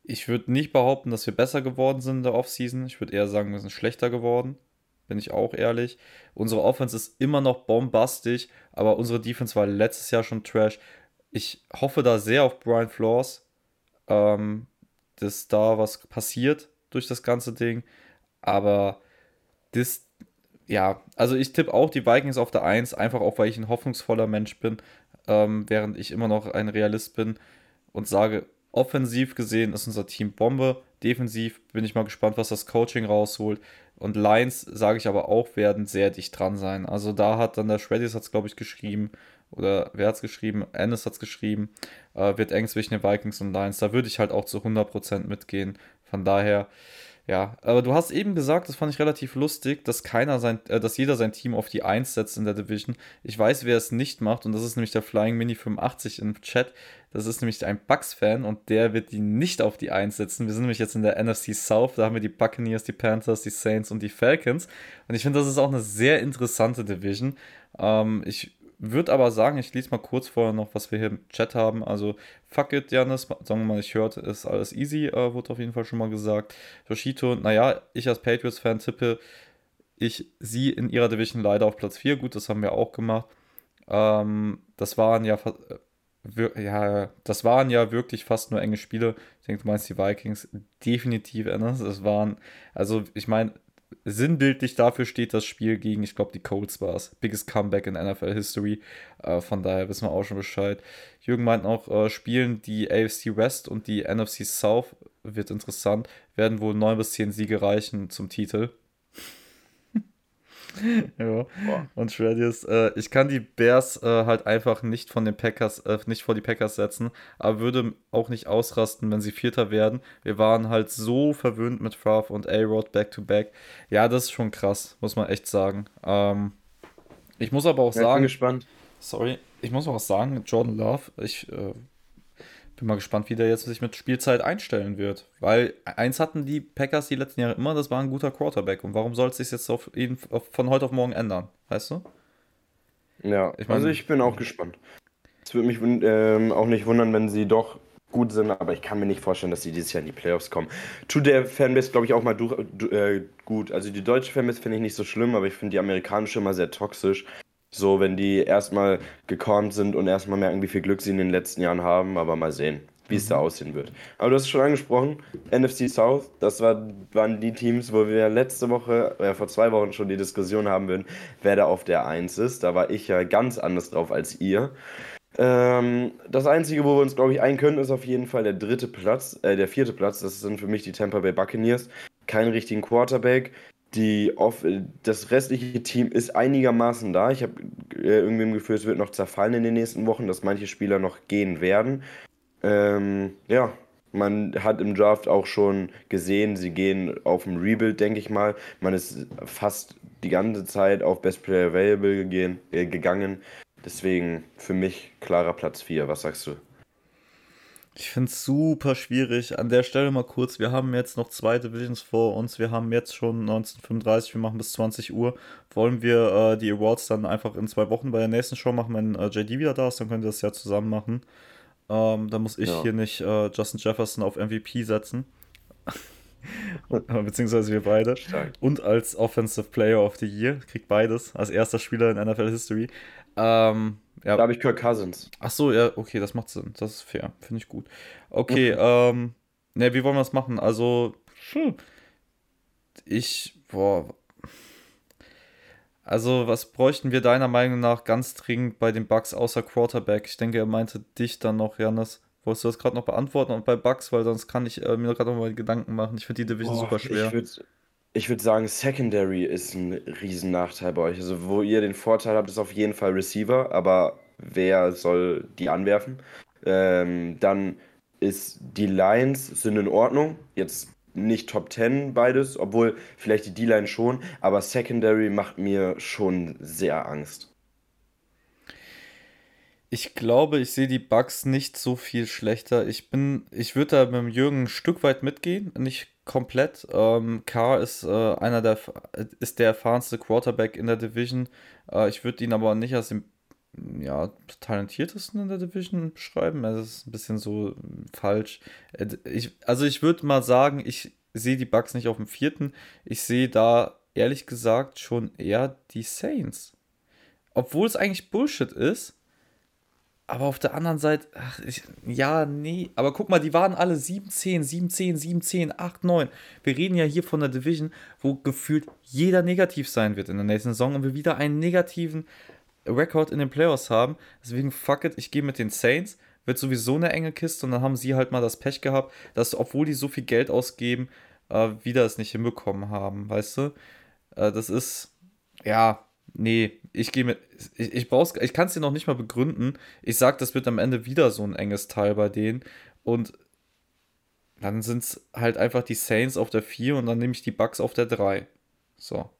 ich würde nicht behaupten, dass wir besser geworden sind in der Offseason. Ich würde eher sagen, wir sind schlechter geworden. Bin ich auch ehrlich. Unsere Offense ist immer noch bombastisch, aber unsere Defense war letztes Jahr schon Trash. Ich hoffe da sehr auf Brian Flores, ähm, dass da was passiert durch das ganze Ding. Aber das, ja, also ich tippe auch die Vikings auf der Eins, einfach auch, weil ich ein hoffnungsvoller Mensch bin, ähm, während ich immer noch ein Realist bin und sage, offensiv gesehen ist unser Team Bombe. Defensiv bin ich mal gespannt, was das Coaching rausholt. Und Lions, sage ich aber auch, werden sehr dicht dran sein. Also da hat dann der Shreddies hat es, glaube ich, geschrieben. Oder wer hat es geschrieben? Ennis hat es geschrieben. Äh, wird eng zwischen den Vikings und Lions. Da würde ich halt auch zu hundert Prozent mitgehen. Von daher, ja, aber du hast eben gesagt, das fand ich relativ lustig, dass keiner sein, äh, dass jeder sein Team auf die Eins setzt in der Division. Ich weiß, wer es nicht macht, und das ist nämlich der Flying Mini fünfundachtzig im Chat. Das ist nämlich ein Bucks-Fan und der wird die nicht auf die Eins setzen. Wir sind nämlich jetzt in der N F C South, da haben wir die Buccaneers, die Panthers, die Saints und die Falcons. Und ich finde, das ist auch eine sehr interessante Division. Ähm, ich würde aber sagen, ich lese mal kurz vorher noch, was wir hier im Chat haben. Also, fuck it, Janis, sagen wir mal, ich hörte, ist alles easy, äh, wurde auf jeden Fall schon mal gesagt. Yoshito, naja, ich als Patriots-Fan tippe, ich sie in ihrer Division leider auf Platz vier. Gut, das haben wir auch gemacht. Ähm, das waren ja, fa- äh, wir- ja, das waren ja wirklich fast nur enge Spiele. Ich denke, du meinst die Vikings. Definitiv, Ennis. Das waren, also ich meine, sinnbildlich dafür steht das Spiel gegen, ich glaube, die Colts war es. Biggest Comeback in N F L History. Äh, von daher wissen wir auch schon Bescheid. Jürgen meint auch, äh, spielen die A F C West und die N F C South, wird interessant, werden wohl neun bis zehn Siege reichen zum Titel. Ja, Boah. und Shreddius, äh, ich kann die Bears äh, halt einfach nicht von den Packers, äh, nicht vor die Packers setzen, aber würde auch nicht ausrasten, wenn sie Vierter werden. Wir waren halt so verwöhnt mit Favre und A-Rod back-to-back. Ja, das ist schon krass, muss man echt sagen. Ähm, ich muss aber auch Ja, ich bin sagen, gespannt. sorry, ich muss auch sagen, Jordan Love, ich äh, bin mal gespannt, wie der jetzt sich mit Spielzeit einstellen wird. Weil eins hatten die Packers die letzten Jahre immer, das war ein guter Quarterback. Und warum soll es sich jetzt auf ihn auf, von heute auf morgen ändern? Weißt du? Ja, Ich also meine, ich bin auch gespannt. Es würde mich wun- ähm, auch nicht wundern, wenn sie doch gut sind, aber ich kann mir nicht vorstellen, dass sie dieses Jahr in die Playoffs kommen. Tut der Fanbase, glaube ich, auch mal du, du, äh, gut. Also die deutsche Fanbase finde ich nicht so schlimm, aber ich finde die amerikanische immer sehr toxisch. So, wenn die erstmal gecornt sind und erstmal merken, wie viel Glück sie in den letzten Jahren haben, aber mal sehen, wie es da mhm. aussehen wird. Aber du hast es schon angesprochen, N F C South, das war, waren die Teams, wo wir letzte Woche, äh, vor zwei Wochen schon die Diskussion haben würden, wer da auf der Eins ist. Da war ich ja ganz anders drauf als ihr. Ähm, das Einzige, wo wir uns, glaube ich, ein können, ist auf jeden Fall der dritte Platz, äh, der vierte Platz. Das sind für mich die Tampa Bay Buccaneers. Keinen richtigen Quarterback. Die off das restliche Team ist einigermaßen da. Ich habe äh, irgendwie im Gefühl, es wird noch zerfallen in den nächsten Wochen, dass manche Spieler noch gehen werden. Ähm, ja, man hat im Draft auch schon gesehen, sie gehen auf ein Rebuild, denke ich mal. Man ist fast die ganze Zeit auf Best Player Available gegehen, äh, gegangen. Deswegen für mich klarer Platz vier. Was sagst du? Ich finde es super schwierig. An der Stelle mal kurz, wir haben jetzt noch zwei Divisions vor uns. Wir haben jetzt schon neunzehn Uhr fünfunddreißig, wir machen bis zwanzig Uhr. Wollen wir äh, die Awards dann einfach in zwei Wochen bei der nächsten Show machen, wenn äh, J D wieder da ist, dann könnt ihr das ja zusammen machen. Ähm, dann muss ich Ja. hier nicht äh, Justin Jefferson auf M V P setzen. Äh, beziehungsweise wir beide. Stark. Und als Offensive Player of the Year, kriegt beides, als erster Spieler in N F L History. Ähm, Da ja, habe ich Kirk Cousins. ach so, ja, okay, das macht Sinn, das ist fair, finde ich gut. Okay, ähm, ne, wie wollen wir das machen? Also, hm, ich, boah, also was bräuchten wir deiner Meinung nach ganz dringend bei den Bucks außer Quarterback? Ich denke, er meinte dich dann noch, Janis. Wolltest du das gerade noch beantworten und bei Bucks, weil sonst kann ich äh, mir gerade noch mal Gedanken machen. Ich finde die Division Boah, super ich schwer. würde ich würd sagen, Secondary ist ein riesen Nachteil bei euch. Also, wo ihr den Vorteil habt, ist auf jeden Fall Receiver, aber wer soll die anwerfen? Ähm, dann ist die Lines sind in Ordnung. Jetzt nicht Top zehn beides, obwohl vielleicht die D-Line schon, aber Secondary macht mir schon sehr Angst. Ich glaube, ich sehe die Bugs nicht so viel schlechter. Ich bin, ich würde da mit dem Jürgen ein Stück weit mitgehen, nicht komplett. Ähm, Carr ist äh, einer der, ist der erfahrenste Quarterback in der Division. Äh, ich würde ihn aber nicht als den ja, talentiertesten in der Division beschreiben. Also, das ist ein bisschen so falsch. Äh, Ich, also ich würde mal sagen, ich sehe die Bucks nicht auf dem vierten. Ich sehe da ehrlich gesagt schon eher die Saints. Obwohl es eigentlich Bullshit ist. Aber auf der anderen Seite, ach, ich, ja, nee. Aber guck mal, die waren alle sieben zehn, sieben zehn, sieben zehn, acht neun. Wir reden ja hier von der Division, wo gefühlt jeder negativ sein wird in der nächsten Saison und wir wieder einen negativen Rekord in den Playoffs haben. Deswegen, fuck it, ich gehe mit den Saints. Wird sowieso eine enge Kiste und dann haben sie halt mal das Pech gehabt, dass, obwohl die so viel Geld ausgeben, äh, wieder es nicht hinbekommen haben, weißt du? Äh, das ist, ja, nee, ich gehe mit, ich, ich brauch's, ich kann es dir noch nicht mal begründen. Ich sag, das wird am Ende wieder so ein enges Teil bei denen und dann sind es halt einfach die Saints auf der vier und dann nehme ich die Bucks auf der drei. So.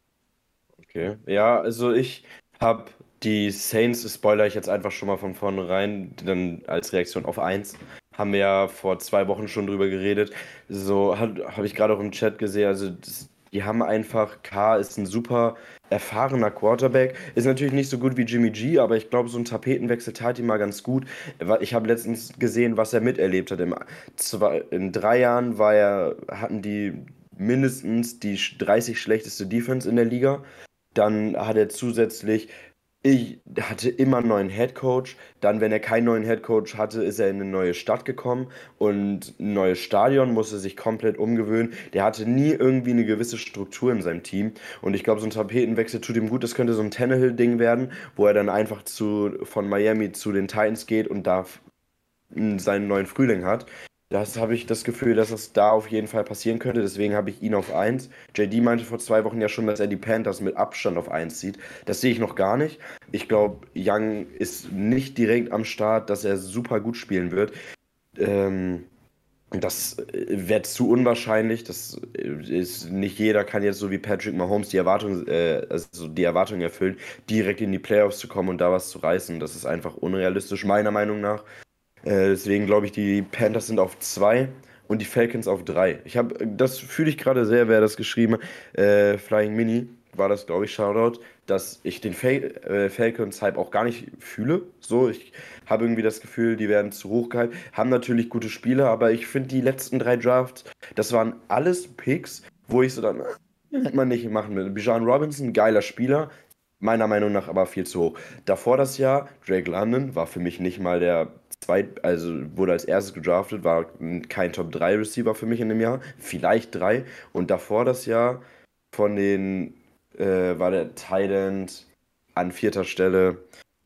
Okay. Ja, also ich habe die Saints, spoiler ich jetzt einfach schon mal von vornherein, dann als Reaktion auf eins. Haben wir ja vor zwei Wochen schon drüber geredet. So habe ich gerade auch im Chat gesehen. Also das, die haben einfach, K ist ein super erfahrener Quarterback. Ist natürlich nicht so gut wie Jimmy G, aber ich glaube, so ein Tapetenwechsel tat ihm mal ganz gut. Weil ich habe letztens gesehen, was er miterlebt hat. Im, zwei, in drei Jahren war er, hatten die mindestens die dreißig schlechteste Defense in der Liga. Dann hat er zusätzlich, ich hatte immer einen neuen Headcoach. Dann, wenn er keinen neuen Headcoach hatte, ist er in eine neue Stadt gekommen und ein neues Stadion, musste sich komplett umgewöhnen. Der hatte nie irgendwie eine gewisse Struktur in seinem Team. Und ich glaube, so ein Tapetenwechsel tut ihm gut. Das könnte so ein Tannehill-Ding werden, wo er dann einfach zu, von Miami zu den Titans geht und da seinen neuen Frühling hat. Das habe ich das Gefühl, dass das da auf jeden Fall passieren könnte. Deswegen habe ich ihn auf eins. J D meinte vor zwei Wochen ja schon, dass er die Panthers mit Abstand auf eins sieht. Das sehe ich noch gar nicht. Ich glaube, Young ist nicht direkt am Start, dass er super gut spielen wird. Ähm, das wäre zu unwahrscheinlich. Das ist nicht jeder kann jetzt so wie Patrick Mahomes die Erwartung, äh, also die Erwartung erfüllen, direkt in die Playoffs zu kommen und da was zu reißen. Das ist einfach unrealistisch, meiner Meinung nach. Äh, deswegen glaube ich, die Panthers sind auf zwei und die Falcons auf drei. Ich habe, das fühle ich gerade sehr, wer das geschrieben hat. Äh, Flying Mini war das, glaube ich, Shoutout, dass ich den Fal äh, Falcons-Hype auch gar nicht fühle. So, ich habe irgendwie das Gefühl, die werden zu hoch gehypt. Haben natürlich gute Spieler, aber ich finde die letzten drei Drafts, das waren alles Picks, wo ich so dann, äh, hätte man nicht machen will. Bijan Robinson, geiler Spieler, meiner Meinung nach aber viel zu hoch. Davor das Jahr, Drake London war für mich nicht mal der zweit, also wurde als erstes gedraftet, war kein Top drei Receiver für mich in dem Jahr, vielleicht drei. Und davor das Jahr von den, äh, war der Tight End an vierter Stelle,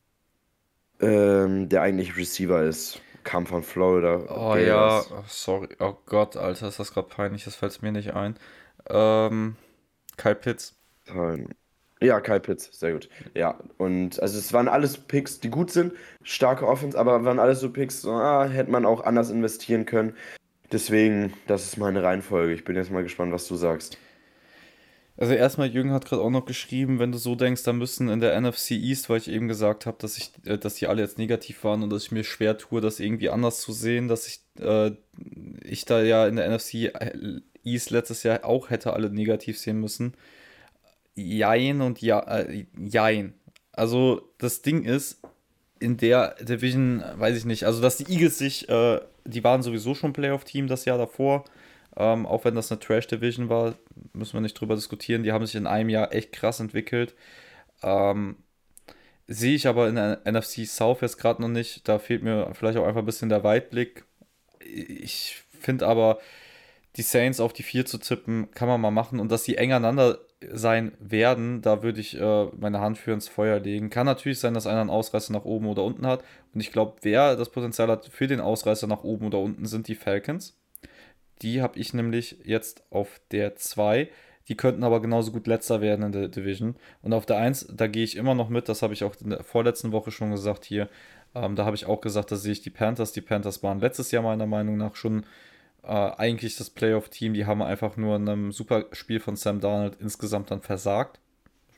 ähm, der eigentlich Receiver ist, kam von Florida Oh ja, Gators. oh, sorry. Oh Gott, Alter, ist das gerade peinlich, das fällt mir nicht ein. Ähm, Kyle Pitts. Ja, Kyle Pitts, sehr gut. Ja, und also es waren alles Picks, die gut sind, starke Offense, aber waren alles so Picks, so, ah, hätte man auch anders investieren können. Deswegen, das ist meine Reihenfolge. Ich bin jetzt mal gespannt, was du sagst. Also erstmal, Jürgen hat gerade auch noch geschrieben, wenn du so denkst, dann müssen in der N F C East, weil ich eben gesagt habe, dass ich, äh, dass die alle jetzt negativ waren und dass ich mir schwer tue, das irgendwie anders zu sehen, dass ich, äh, ich da ja in der N F C East letztes Jahr auch hätte alle negativ sehen müssen. Jein und ja, äh, jein. Also das Ding ist, in der Division, weiß ich nicht, also dass die Eagles sich, äh, die waren sowieso schon Playoff-Team das Jahr davor, ähm, auch wenn das eine Trash-Division war, müssen wir nicht drüber diskutieren, die haben sich in einem Jahr echt krass entwickelt. Ähm, Sehe ich aber in der N F C South jetzt gerade noch nicht, da fehlt mir vielleicht auch einfach ein bisschen der Weitblick. Ich finde aber, die Saints auf die vier zu tippen, kann man mal machen. Und dass die eng aneinander sein werden, da würde ich äh, meine Hand für ins Feuer legen. Kann natürlich sein, dass einer einen Ausreißer nach oben oder unten hat. Und ich glaube, wer das Potenzial hat für den Ausreißer nach oben oder unten, sind die Falcons. Die habe ich nämlich jetzt auf der zwei. Die könnten aber genauso gut letzter werden in der Division. Und auf der eins, da gehe ich immer noch mit. Das habe ich auch in der vorletzten Woche schon gesagt hier. Ähm, da habe ich auch gesagt, da sehe ich die Panthers. Die Panthers waren letztes Jahr meiner Meinung nach schon äh, eigentlich das Playoff-Team. Die haben einfach nur in einem super Spiel von Sam Darnold insgesamt dann versagt.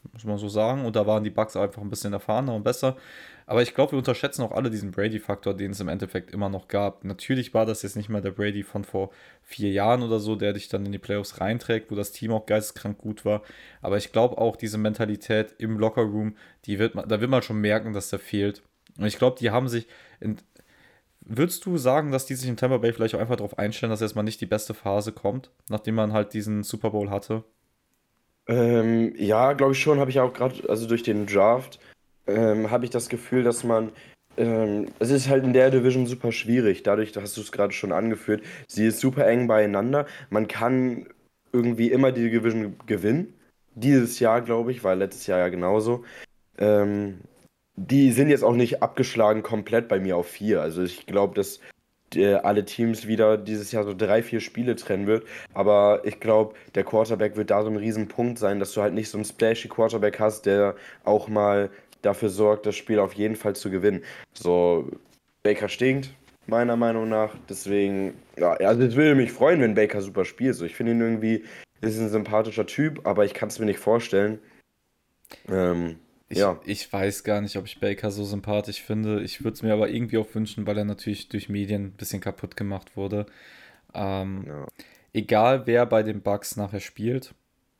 muss man so sagen. Und da waren die Bucks einfach ein bisschen erfahrener und besser. Aber ich glaube, wir unterschätzen auch alle diesen Brady-Faktor, den es im Endeffekt immer noch gab. Natürlich war das jetzt nicht mehr der Brady von vor vier Jahren oder so, der dich dann in die Playoffs reinträgt, wo das Team auch geisteskrank gut war. Aber ich glaube auch, diese Mentalität im Lockerroom, die wird man, da wird man schon merken, dass der fehlt. Und ich glaube, die haben sich. In, würdest du sagen, dass die sich in Tampa Bay vielleicht auch einfach darauf einstellen, dass erstmal nicht die beste Phase kommt, nachdem man halt diesen Super Bowl hatte? Ähm, ja, glaube ich schon, habe ich auch gerade, also durch den Draft, ähm, habe ich das Gefühl, dass man, ähm, es ist halt in der Division super schwierig, dadurch, da hast du es gerade schon angeführt, sie ist super eng beieinander, man kann irgendwie immer die Division gewinnen, dieses Jahr, glaube ich, war letztes Jahr ja genauso. Ähm, Die sind jetzt auch nicht abgeschlagen komplett bei mir auf vier, also ich glaube, dass äh, alle Teams wieder dieses Jahr so drei, vier Spiele trennen wird. Aber ich glaube, der Quarterback wird da so ein Riesenpunkt sein, dass du halt nicht so einen splashy Quarterback hast, der auch mal dafür sorgt, das Spiel auf jeden Fall zu gewinnen. So, Baker stinkt, meiner Meinung nach. Deswegen, ja, also es würde mich freuen, wenn Baker super spielt. So, ich finde ihn irgendwie, ist ein sympathischer Typ, aber ich kann es mir nicht vorstellen. Ähm, Ich, ja, ich weiß gar nicht, ob ich Baker so sympathisch finde. Ich würde es mir aber irgendwie auch wünschen, weil er natürlich durch Medien ein bisschen kaputt gemacht wurde. Ähm, ja, egal wer bei den Bucks nachher spielt,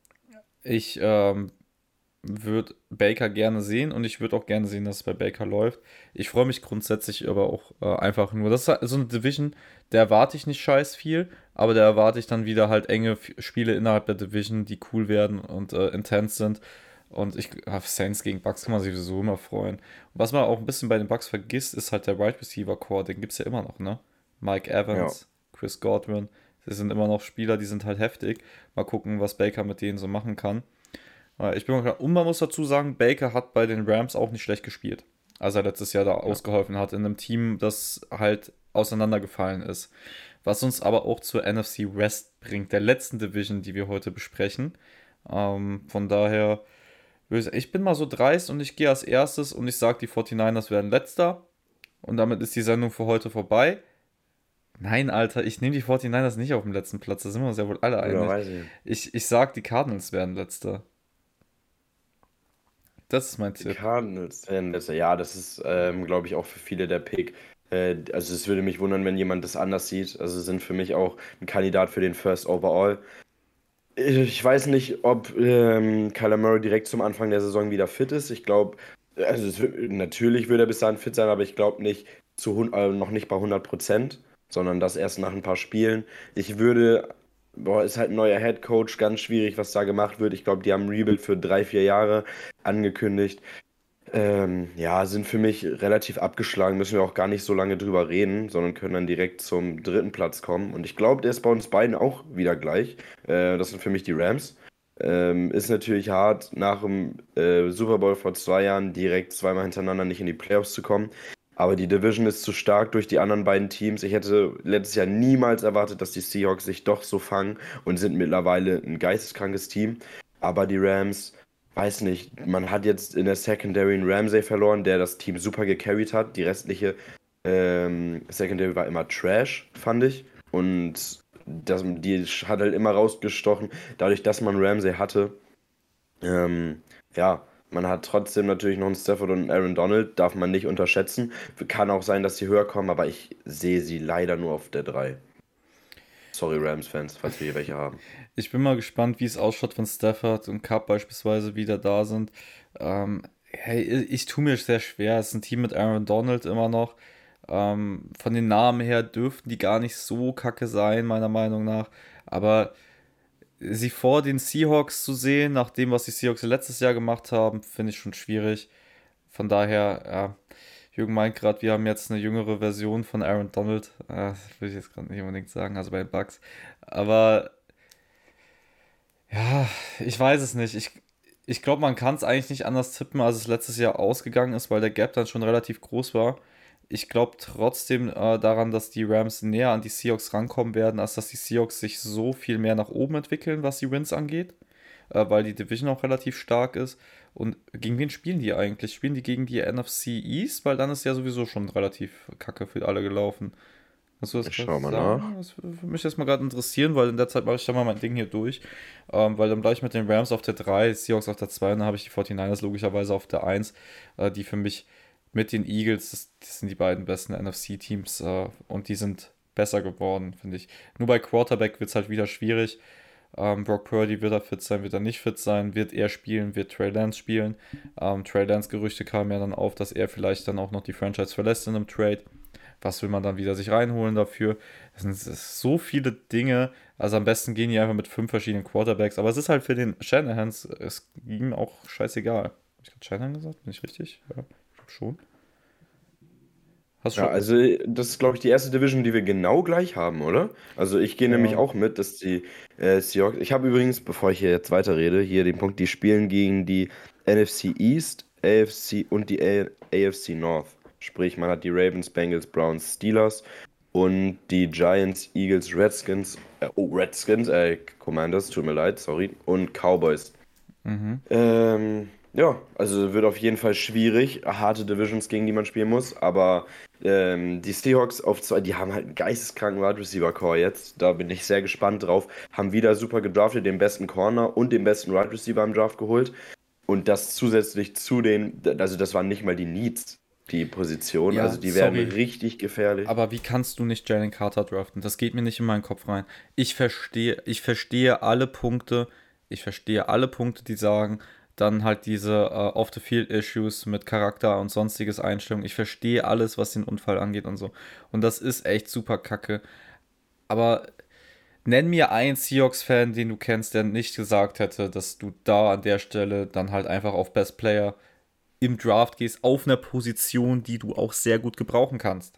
ich ähm, würde Baker gerne sehen und ich würde auch gerne sehen, dass es bei Baker läuft. Ich freue mich grundsätzlich aber auch äh, einfach nur. Das ist halt so eine Division, der erwarte ich nicht scheiß viel, aber da erwarte ich dann wieder halt enge F- Spiele innerhalb der Division, die cool werden und äh, intense sind. Und ich, auf Saints gegen Bucks kann man sich sowieso immer freuen. Und was man auch ein bisschen bei den Bucks vergisst, ist halt der Wide Receiver Core, den gibt es ja immer noch, ne? Mike ja. Evans, Chris Godwin, das sind immer noch Spieler, die sind halt heftig. Mal gucken, was Baker mit denen so machen kann. Äh, Ich bin mal gespannt. Und man muss dazu sagen, Baker hat bei den Rams auch nicht schlecht gespielt. Als er letztes Jahr da Ja. ausgeholfen hat in einem Team, das halt auseinandergefallen ist. Was uns aber auch zur N F C West bringt, der letzten Division, die wir heute besprechen. Ähm, von daher, würde ich sagen, ich bin mal so dreist und ich gehe als erstes und ich sage, die forty-niners werden letzter. Und damit ist die Sendung für heute vorbei. Nein, Alter, ich nehme die forty-niners nicht auf dem letzten Platz, da sind wir uns ja wohl alle Oder einig. weiß ich. Ich, ich sag, die Cardinals werden letzter. Das ist mein Die Tipp. Cardinals werden letzter. Ja, das ist, ähm, glaube ich, auch für viele der Pick. Äh, also es würde mich wundern, wenn jemand das anders sieht. Also sind für mich auch ein Kandidat für den First Overall. Ich weiß nicht, ob ähm, Kyler Murray direkt zum Anfang der Saison wieder fit ist. Ich glaube, also es wird, natürlich wird er bis dahin fit sein, aber ich glaube nicht zu, hun- äh, noch nicht bei hundert Prozent, sondern das erst nach ein paar Spielen. Ich würde, boah, ist halt ein neuer Head Coach, ganz schwierig, was da gemacht wird. Ich glaube, die haben ein Rebuild für drei, vier Jahre angekündigt. Ähm, ja, sind für mich relativ abgeschlagen, müssen wir auch gar nicht so lange drüber reden, sondern können dann direkt zum dritten Platz kommen. Und ich glaube, der ist bei uns beiden auch wieder gleich. Äh, das sind für mich die Rams. Ähm, ist natürlich hart, nach dem äh, Super Bowl vor zwei Jahren direkt zweimal hintereinander nicht in die Playoffs zu kommen. Aber die Division ist zu stark durch die anderen beiden Teams. Ich hätte letztes Jahr niemals erwartet, dass die Seahawks sich doch so fangen und sind mittlerweile ein geisteskrankes Team. Aber die Rams. Weiß nicht, man hat jetzt in der Secondary einen Ramsey verloren, der das Team super gecarried hat. Die restliche ähm, Secondary war immer Trash, fand ich. Und das, die hat halt immer rausgestochen, dadurch, dass man Ramsey hatte. Ähm, ja, man hat trotzdem natürlich noch einen Stafford und einen Aaron Donald, darf man nicht unterschätzen. Kann auch sein, dass sie höher kommen, aber ich sehe sie leider nur auf der drei. Sorry, Rams-Fans, falls wir hier welche haben. Ich bin mal gespannt, wie es ausschaut, wenn Stafford und Cup beispielsweise wieder da sind. Ähm, hey, ich tue mir sehr schwer. Es ist ein Team mit Aaron Donald immer noch. Ähm, von den Namen her dürften die gar nicht so kacke sein, meiner Meinung nach. Aber sie vor den Seahawks zu sehen, nach dem, was die Seahawks letztes Jahr gemacht haben, finde ich schon schwierig. Von daher, ja, Jürgen meint gerade, wir haben jetzt eine jüngere Version von Aaron Donald. Äh, das würde ich jetzt gerade nicht unbedingt sagen, also bei den Bucks. Aber ja, ich weiß es nicht. Ich, ich glaube, man kann es eigentlich nicht anders tippen, als es letztes Jahr ausgegangen ist, weil der Gap dann schon relativ groß war. Ich glaube trotzdem äh, daran, dass die Rams näher an die Seahawks rankommen werden, als dass die Seahawks sich so viel mehr nach oben entwickeln, was die Wins angeht, äh, weil die Division auch relativ stark ist. Und gegen wen spielen die eigentlich? Spielen die gegen die N F C East? Weil dann ist ja sowieso schon relativ kacke für alle gelaufen. Hast du das Ich gerade schau mal nach. sagen? Das würde mich jetzt mal gerade interessieren, weil in der Zeit mache ich dann mal mein Ding hier durch. Ähm, weil dann bleibe ich mit den Rams auf der drei, Seahawks auf der zwei und dann habe ich die forty-niners logischerweise auf der eins, äh, die für mich mit den Eagles, das, das sind die beiden besten N F C-Teams äh, und die sind besser geworden, finde ich. Nur bei Quarterback wird es halt wieder schwierig. Ähm, Brock Purdy wird er fit sein, wird er nicht fit sein, wird er spielen, wird Trey Lance spielen. Ähm, Trey Lance-Gerüchte kamen ja dann auf, dass er vielleicht dann auch noch die Franchise verlässt in einem Trade. Was will man dann wieder sich reinholen dafür? Es sind es ist so viele Dinge. Also am besten gehen die einfach mit fünf verschiedenen Quarterbacks. Aber es ist halt für den Shanahans, es ging auch scheißegal. Habe ich gerade Shanahan gesagt? Bin ich richtig? Ja, ich glaube schon. Hast du Ja, schon. also das ist, glaube ich, die erste Division, die wir genau gleich haben, oder? Also ich gehe nämlich Ja. auch mit, dass die äh, Seahawks. Ich habe übrigens, bevor ich hier jetzt weiterrede, hier den Punkt, die spielen gegen die N F C East, A F C und die A AFC North. Sprich, man hat die Ravens, Bengals, Browns, Steelers und die Giants, Eagles, Redskins, äh, oh, Redskins, äh, Commanders, tut mir leid, sorry, und Cowboys. Mhm. Ähm, ja, also wird auf jeden Fall schwierig. Harte Divisions, gegen die man spielen muss. Aber ähm, die Seahawks auf zwei, die haben halt einen geisteskranken Wide Receiver Core jetzt. Da bin ich sehr gespannt drauf. Haben wieder super gedraftet, den besten Corner und den besten Wide Receiver im Draft geholt. Und das zusätzlich zu den, also das waren nicht mal die Needs, die Position. Also Ja, die werden sorry. richtig gefährlich. Aber wie kannst du nicht Jalen Carter draften? Das geht mir nicht in meinen Kopf rein. Ich verstehe, ich verstehe alle Punkte. Ich verstehe alle Punkte, die sagen, dann halt diese äh, Off-the-Field-Issues mit Charakter und sonstiges Einstellungen. Ich verstehe alles, was den Unfall angeht und so. Und das ist echt super kacke. Aber nenn mir einen Seahawks-Fan, den du kennst, der nicht gesagt hätte, dass du da an der Stelle dann halt einfach auf Best Player im Draft gehst, auf einer Position, die du auch sehr gut gebrauchen kannst.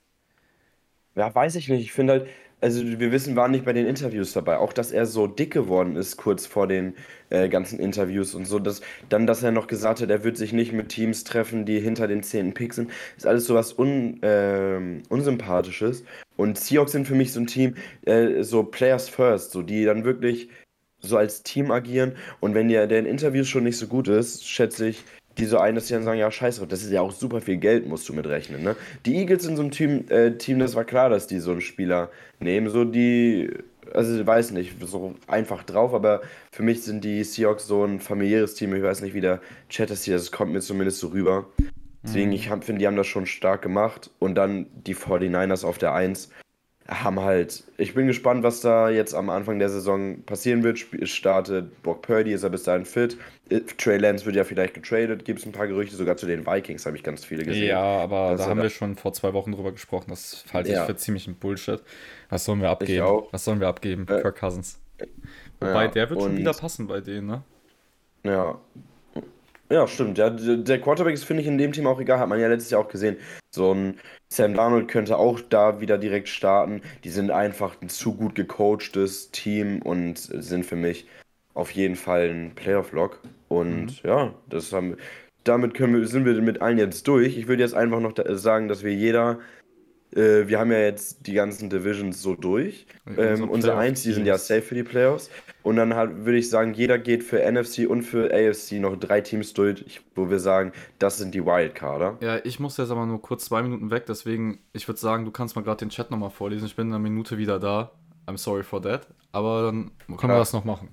Ja, weiß ich nicht. Ich finde halt, also wir wissen, waren nicht bei den Interviews dabei. Auch, dass er so dick geworden ist kurz vor den äh, ganzen Interviews und so. Dass, dann, dass er noch gesagt hat, er wird sich nicht mit Teams treffen, die hinter den zehnten Pick sind. Ist alles sowas un, ähm, Unsympathisches. Und Seahawks sind für mich so ein Team, äh, so Players First, so die dann wirklich so als Team agieren. Und wenn der, der in Interviews schon nicht so gut ist, schätze ich, die so ein, dass die dann sagen, ja, scheiß drauf, das ist ja auch super viel Geld, musst du mitrechnen, ne? Die Eagles sind so ein Team, äh, Team, das war klar, dass die so einen Spieler nehmen, so die, also ich weiß nicht, so einfach drauf, aber für mich sind die Seahawks so ein familiäres Team, ich weiß nicht, wie der Chat ist hier, das kommt mir zumindest so rüber. Deswegen, ich Mhm. finde, die haben das schon stark gemacht und dann die forty-niners auf der Eins haben halt, ich bin gespannt, was da jetzt am Anfang der Saison passieren wird. Sp- Startet Brock Purdy, ist er bis dahin fit? Äh, Trey Lance wird ja vielleicht getradet, gibt es ein paar Gerüchte, sogar zu den Vikings habe ich ganz viele Ja, gesehen. aber Dass da er haben da, wir schon vor zwei Wochen drüber gesprochen. Das halte ich ja, für ziemlichen Bullshit. Was sollen wir ich abgeben? auch. Was sollen wir abgeben? Äh, Kirk Cousins. Wobei, ja, der wird schon wieder und passen bei denen, ne? ja, ja, stimmt. Ja, d- der Quarterback ist, finde ich, in dem Team auch egal. Hat man ja letztes Jahr auch gesehen. So ein Sam Darnold könnte auch da wieder direkt starten. Die sind einfach ein zu gut gecoachtes Team und sind für mich auf jeden Fall ein Playoff-Lock. Mhm. Und ja, das haben, damit können wir, sind wir mit allen jetzt durch. Ich würde jetzt einfach noch da sagen, dass wir jeder äh, wir haben ja jetzt die ganzen Divisions so durch. Unsere Ähm, unsere Eins, die sind ja Playoff-Teams. safe für die Playoffs. Und dann halt, würde ich sagen, jeder geht für N F C und für A F C noch drei Teams durch, ich- wo wir sagen, das sind die Wildcarder. Ja, ich muss jetzt aber nur kurz zwei Minuten weg, deswegen, ich würde sagen, du kannst mal gerade den Chat nochmal vorlesen. Ich bin in einer Minute wieder da. I'm sorry for that. Aber dann können wir Ja, das noch machen.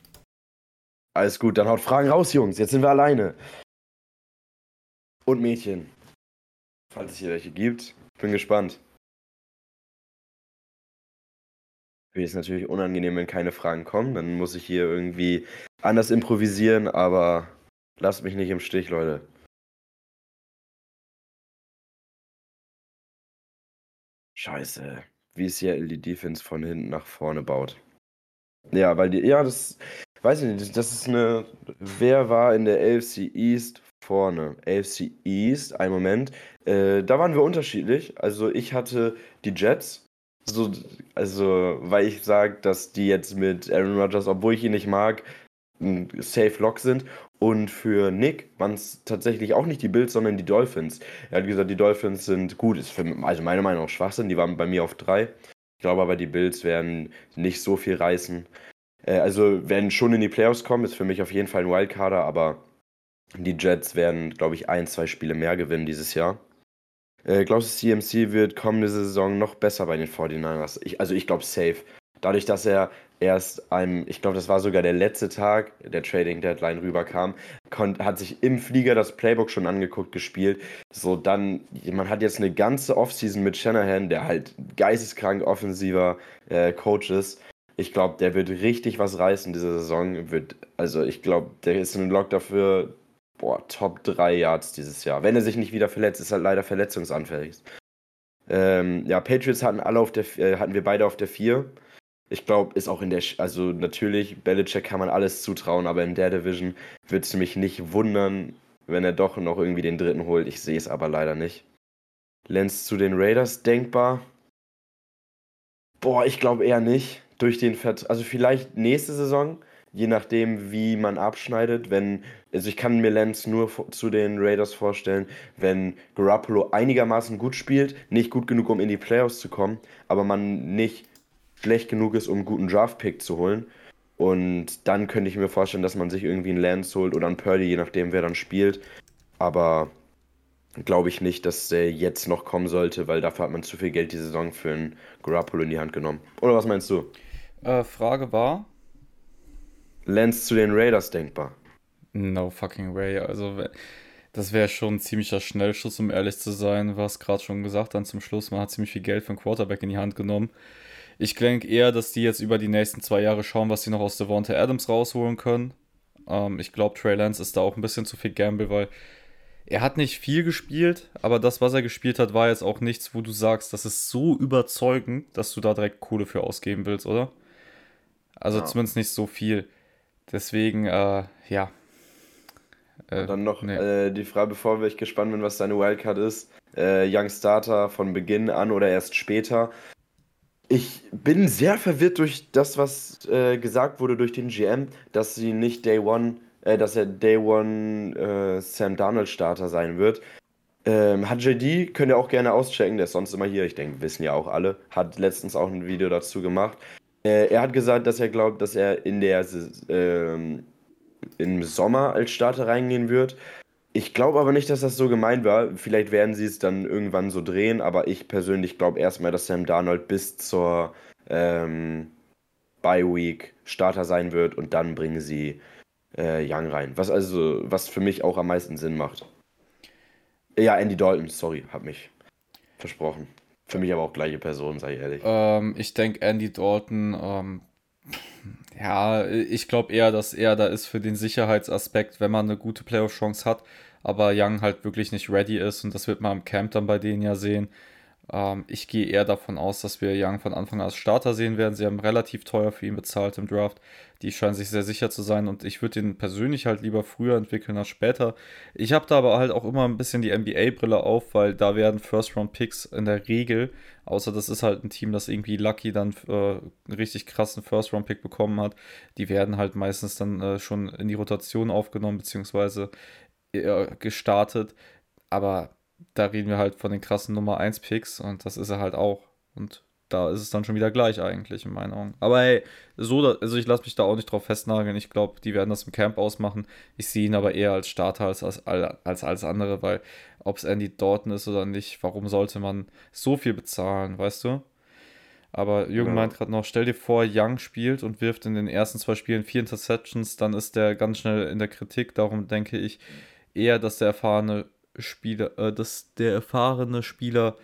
alles gut, dann haut Fragen raus, Jungs. Jetzt sind wir alleine. Und Mädchen, falls es hier welche gibt. Bin gespannt. Mir ist natürlich unangenehm, wenn keine Fragen kommen. Dann muss ich hier irgendwie anders improvisieren, aber lasst mich nicht im Stich, Leute. Scheiße, wie Seattle die Defense von hinten nach vorne baut. Ja, weil die, ja, das, weiß ich nicht, das ist eine, wer war in der A F C East vorne? A F C East, ein Moment, äh, da waren wir unterschiedlich. Also ich hatte die Jets, so, also, weil ich sage, dass die jetzt mit Aaron Rodgers, obwohl ich ihn nicht mag, ein Safe Lock sind. Und für Nick waren es tatsächlich auch nicht die Bills, sondern die Dolphins. Er hat gesagt, die Dolphins sind gut, ist für, also meiner Meinung nach Schwachsinn, die waren bei mir auf drei. Ich glaube aber, die Bills werden nicht so viel reißen. Äh, also werden schon in die Playoffs kommen, ist für mich auf jeden Fall ein Wildcarder, aber die Jets werden, glaube ich, ein, zwei Spiele mehr gewinnen dieses Jahr. Äh, glaubst du, C M C wird kommende Saison noch besser bei den forty-niners? Ich, also ich glaube safe. Dadurch, dass er erst einem, ich glaube, das war sogar der letzte Tag der Trading Deadline rüberkam, konnt, hat sich im Flieger das Playbook schon angeguckt, gespielt. So, dann, man hat jetzt eine ganze Offseason mit Shanahan, der halt geisteskrank offensiver äh, Coach ist. Ich glaube, der wird richtig was reißen diese Saison. Wird, also ich glaube, der ist ein Lock dafür, boah, Top drei Yards dieses Jahr. Wenn er sich nicht wieder verletzt, ist er leider verletzungsanfällig. Ähm, ja, Patriots hatten alle auf der, äh, hatten wir beide auf der vier. Ich glaube, ist auch in der, Sch- also natürlich, Belichick kann man alles zutrauen, aber in der Division würde es mich nicht wundern, wenn er doch noch irgendwie den dritten holt. Ich sehe es aber leider nicht. Lance zu den Raiders denkbar? Boah, ich glaube eher nicht. Durch den Vert also vielleicht nächste Saison, je nachdem, wie man abschneidet. Wenn, also ich kann mir Lance nur vo- zu den Raiders vorstellen, wenn Garoppolo einigermaßen gut spielt, nicht gut genug, um in die Playoffs zu kommen, aber man nicht schlecht genug ist, um einen guten Draft-Pick zu holen. Und dann könnte ich mir vorstellen, dass man sich irgendwie einen Lance holt oder einen Purdy, je nachdem, wer dann spielt. Aber glaube ich nicht, dass der jetzt noch kommen sollte, weil dafür hat man zu viel Geld die Saison für einen Garoppolo in die Hand genommen. Oder was meinst du? Äh, Frage war, Lance zu den Raiders denkbar. no fucking way. Also, we- das wäre schon ein ziemlicher Schnellschuss, um ehrlich zu sein. Was gerade schon gesagt dann zum Schluss, man hat ziemlich viel Geld für einen Quarterback in die Hand genommen. Ich denke eher, dass die jetzt über die nächsten zwei Jahre schauen, was sie noch aus Devonta Adams rausholen können. Ähm, ich glaube, Trey Lance ist da auch ein bisschen zu viel Gamble, weil er hat nicht viel gespielt, aber das, was er gespielt hat, war jetzt auch nichts, wo du sagst, das ist so überzeugend, dass du da direkt Kohle für ausgeben willst, oder? Also Ja. zumindest nicht so viel. Deswegen, äh, ja, Und äh, dann noch nee. äh, die Frage, bevor ich gespannt bin, was deine Wildcard ist. Äh, Young Starter von Beginn an oder erst später. Ich bin sehr verwirrt durch das, was äh, gesagt wurde durch den G M, dass sie nicht Day One, äh, dass er Day One äh, Sam Darnold Starter sein wird. Ähm, hat J D, könnt ihr auch gerne auschecken, der ist sonst immer hier, ich denke, wissen ja auch alle. Hat letztens auch ein Video dazu gemacht. Äh, er hat gesagt, dass er glaubt, dass er in der Saison- ähm, im Sommer als Starter reingehen wird. Ich glaube aber nicht, dass das so gemeint war. Vielleicht werden sie es dann irgendwann so drehen, aber ich persönlich glaube erstmal, dass Sam Darnold bis zur ähm, Bye Week Starter sein wird und dann bringen sie äh, Young rein. Was also, was für mich auch am meisten Sinn macht. Ja, Andy Dalton, sorry, hab mich versprochen. Für mich aber auch gleiche Person, sei ehrlich. Ähm, ich denke, Andy Dalton, ähm, ja, ich glaube eher, dass er da ist für den Sicherheitsaspekt, wenn man eine gute Playoff-Chance hat, aber Young halt wirklich nicht ready ist und das wird man im Camp dann bei denen ja sehen. Ähm, ich gehe eher davon aus, dass wir Young von Anfang an als Starter sehen werden. Sie haben relativ teuer für ihn bezahlt im Draft. Die scheinen sich sehr sicher zu sein und ich würde ihn persönlich halt lieber früher entwickeln als später. Ich habe da aber halt auch immer ein bisschen die N B A-Brille auf, weil da werden First-Round-Picks in der Regel, außer das ist halt ein Team, das irgendwie lucky dann äh, einen richtig krassen First-Round-Pick bekommen hat, die werden halt meistens dann äh, schon in die Rotation aufgenommen, beziehungsweise äh, gestartet. Aber da reden wir halt von den krassen Nummer eins Picks und das ist er halt auch. Und da ist es dann schon wieder gleich eigentlich in meinen Augen. Aber hey, so, da- also ich lasse mich da auch nicht drauf festnageln. Ich glaube, die werden das im Camp ausmachen. Ich sehe ihn aber eher als Starter als als, als alles andere, weil ob es Andy Dalton ist oder nicht, warum sollte man so viel bezahlen, weißt du? Aber Jürgen meint Ja. gerade noch, stell dir vor, Young spielt und wirft in den ersten zwei Spielen vier Interceptions, dann ist der ganz schnell in der Kritik. Darum denke ich eher, dass der erfahrene Spieler, äh, dass der erfahrene Spieler,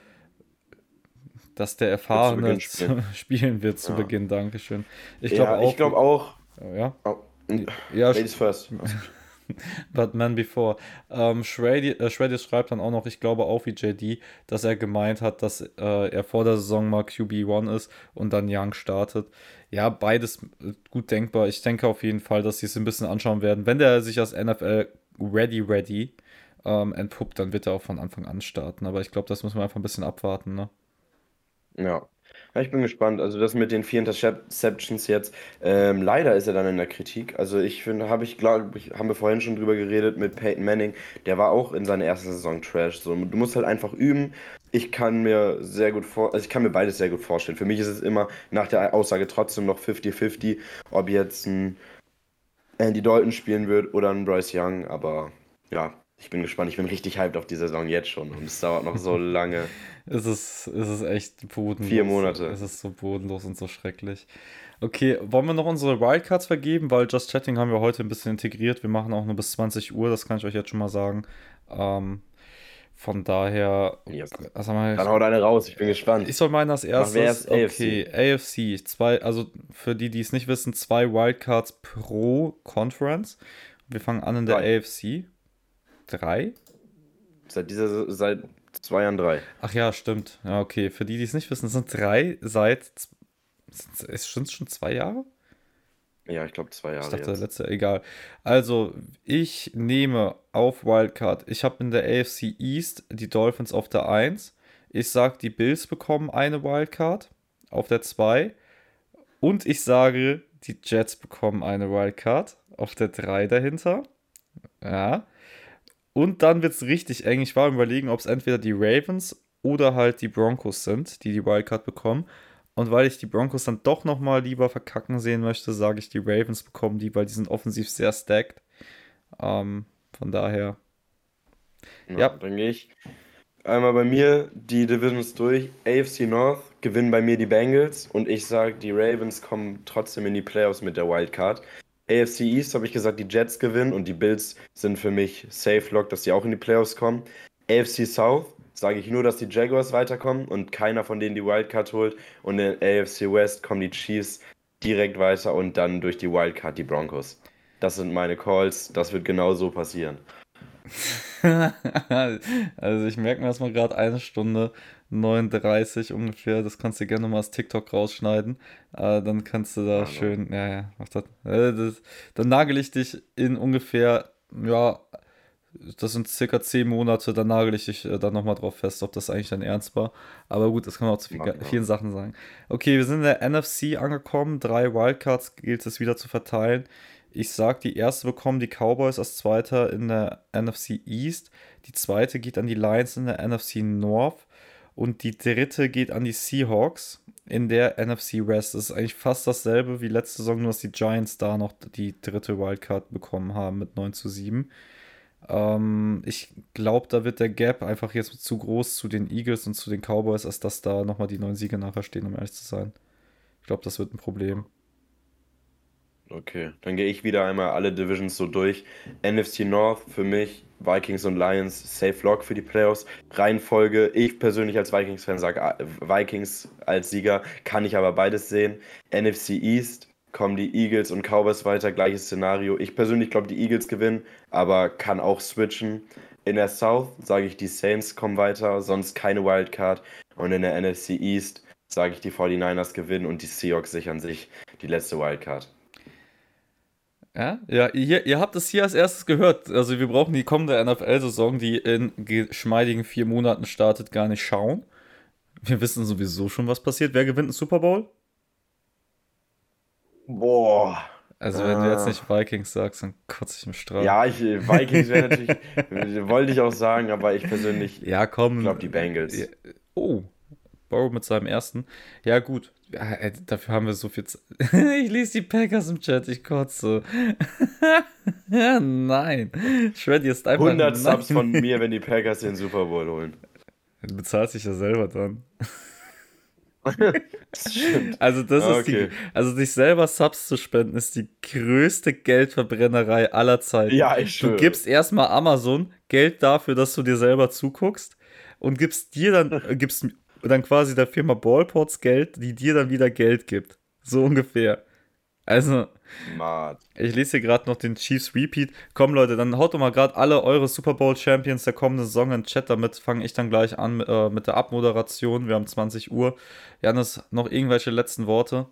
dass der Wird zu erfahrene Beginn spielen. zu spielen wird zu Ja. Beginn. Dankeschön. Ich glaube Ja, ich auch, glaube auch. äh, ja, Oh, ja, Ladies first. Also, but man before. Ähm, Schrady, äh, Schrady schreibt dann auch noch, ich glaube auch wie J D, dass er gemeint hat, dass äh, er vor der Saison mal Q B eins ist und dann Young startet. Ja, beides äh, gut denkbar. Ich denke auf jeden Fall, dass sie es ein bisschen anschauen werden. Wenn der sich als N F L ready, ready ähm, entpuppt, dann wird er auch von Anfang an starten. Aber ich glaube, das müssen wir einfach ein bisschen abwarten, ne? ja. Ja, ich bin gespannt. Also das mit den vier Interceptions jetzt. Ähm, leider ist er dann in der Kritik. Also ich finde, habe ich, glaube ich, haben wir vorhin schon drüber geredet mit Peyton Manning. Der war auch in seiner ersten Saison Trash. So, du musst halt einfach üben. Ich kann mir sehr gut vor, also ich kann mir beides sehr gut vorstellen. Für mich ist es immer nach der Aussage trotzdem noch fünfzig fünfzig, ob jetzt ein Andy Dalton spielen wird oder ein Bryce Young. Aber ja, Ich bin gespannt, ich bin richtig hyped auf die Saison jetzt schon und es dauert noch so lange. Es ist, es ist echt Vier bodenlos. Monate. Es ist so bodenlos und so schrecklich. Okay, wollen wir noch unsere Wildcards vergeben? Weil Just Chatting haben wir heute ein bisschen integriert. Wir machen auch nur bis zwanzig Uhr, das kann ich euch jetzt schon mal sagen. Ähm, von daher, Yes. also mal, Dann haut eine raus, ich bin ich gespannt. soll meinen als Machen wir erstes. erst A F C. Okay, A F C. Zwei, also für die, die es nicht wissen, zwei Wildcards pro Conference. Wir fangen an in der Drei. A F C. Drei? Seit dieser, seit zwei Jahren drei. Ach ja, stimmt. Ja, okay. Für die, die es nicht wissen, es sind drei seit. Sind es schon schon zwei Jahre? Ja, ich glaube zwei Ich Jahre dachte, jetzt. letzte, egal. Also, ich nehme auf Wildcard. Ich habe in der A F C East die Dolphins auf der eins. Ich sage, die Bills bekommen eine Wildcard auf der zwei. Und ich sage, die Jets bekommen eine Wildcard auf der drei dahinter. Ja. Und dann wird es richtig eng. Ich war am Überlegen, ob es entweder die Ravens oder halt die Broncos sind, die die Wildcard bekommen. Und weil ich die Broncos dann doch nochmal lieber verkacken sehen möchte, sage ich, die Ravens bekommen die, weil die sind offensiv sehr stacked. Ähm, von daher, Ja, ja. Dann gehe ich einmal bei mir die Divisions durch. A F C North gewinnen bei mir die Bengals und ich sage, die Ravens kommen trotzdem in die Playoffs mit der Wildcard. A F C East habe ich gesagt, die Jets gewinnen und die Bills sind für mich safe lock, dass die auch in die Playoffs kommen. A F C South sage ich nur, dass die Jaguars weiterkommen und keiner von denen die Wildcard holt. Und in A F C West kommen die Chiefs direkt weiter und dann durch die Wildcard die Broncos. Das sind meine Calls, das wird genau so passieren. Also ich merke mir erstmal gerade eine Stunde neununddreißig ungefähr. Das kannst du gerne nochmal als TikTok rausschneiden. Äh, dann kannst du da Ah, no. schön, ja, ja, mach das. Äh, das. Dann nagel ich dich in ungefähr, ja, das sind circa zehn Monate, dann nagel ich dich äh, dann nochmal drauf fest, ob das eigentlich dein Ernst war. Aber gut, das kann man auch zu viel, Mach mal. vielen Sachen sagen. Okay, wir sind in der N F C angekommen. Drei Wildcards gilt es wieder zu verteilen. Ich sag, die erste bekommen die Cowboys als Zweiter in der N F C East. Die zweite geht an die Lions in der N F C North. Und die dritte geht an die Seahawks in der N F C West. Das ist eigentlich fast dasselbe wie letzte Saison, nur dass die Giants da noch die dritte Wildcard bekommen haben mit neun zu sieben. Ähm, ich glaube, da wird der Gap einfach jetzt zu groß zu den Eagles und zu den Cowboys, als dass da nochmal die neun Siege nachher stehen, um ehrlich zu sein. Ich glaube, das wird ein Problem. Okay, dann gehe ich wieder einmal alle Divisions so durch. N F C North für mich, Vikings und Lions, safe lock für die Playoffs. Reihenfolge, ich persönlich als Vikings-Fan sage äh, Vikings als Sieger, kann ich aber beides sehen. N F C East kommen die Eagles und Cowboys weiter, gleiches Szenario. Ich persönlich glaube, die Eagles gewinnen, aber kann auch switchen. In der South sage ich, die Saints kommen weiter, sonst keine Wildcard. Und in der N F C East sage ich, die forty-niners gewinnen und die Seahawks sichern sich die letzte Wildcard. Ja, ja ihr, ihr habt es hier als erstes gehört. Also wir brauchen die kommende N F L-Saison, die in geschmeidigen vier Monaten startet, gar nicht schauen. Wir wissen sowieso schon, was passiert. Wer gewinnt den Super Bowl? Boah. Also wenn du jetzt Äh, nicht Vikings sagst, dann kotze ich im Strahl. Ja, ich, Vikings wäre natürlich, wollte ich auch sagen, aber ich persönlich Ja, komm. glaube die Bengals. Ja, oh, Burrow mit seinem ersten. Ja, gut. Ja, äh, dafür haben wir so viel Zeit. Ich lese die Packers im Chat, ich kotze. Ja, nein. Shreddy ist einfach hundert nein. Subs von mir, wenn die Packers den Super Bowl holen. Du bezahlst dich ja selber dann. Das stimmt. Also das Ah, ist die, okay. also sich selber Subs zu spenden, ist die größte Geldverbrennerei aller Zeiten. Ja, ich Du schwöre. gibst erstmal Amazon Geld dafür, dass du dir selber zuguckst und gibst dir dann, äh, gibst dann quasi der Firma Ballports Geld, die dir dann wieder Geld gibt. So ungefähr. Also, Mad. ich lese hier gerade noch den Chiefs Repeat. Komm Leute, dann haut doch mal gerade alle eure Super Bowl Champions der kommenden Saison in den Chat. Damit fange ich dann gleich an äh, mit der Abmoderation. Wir haben zwanzig Uhr. Janis, noch irgendwelche letzten Worte?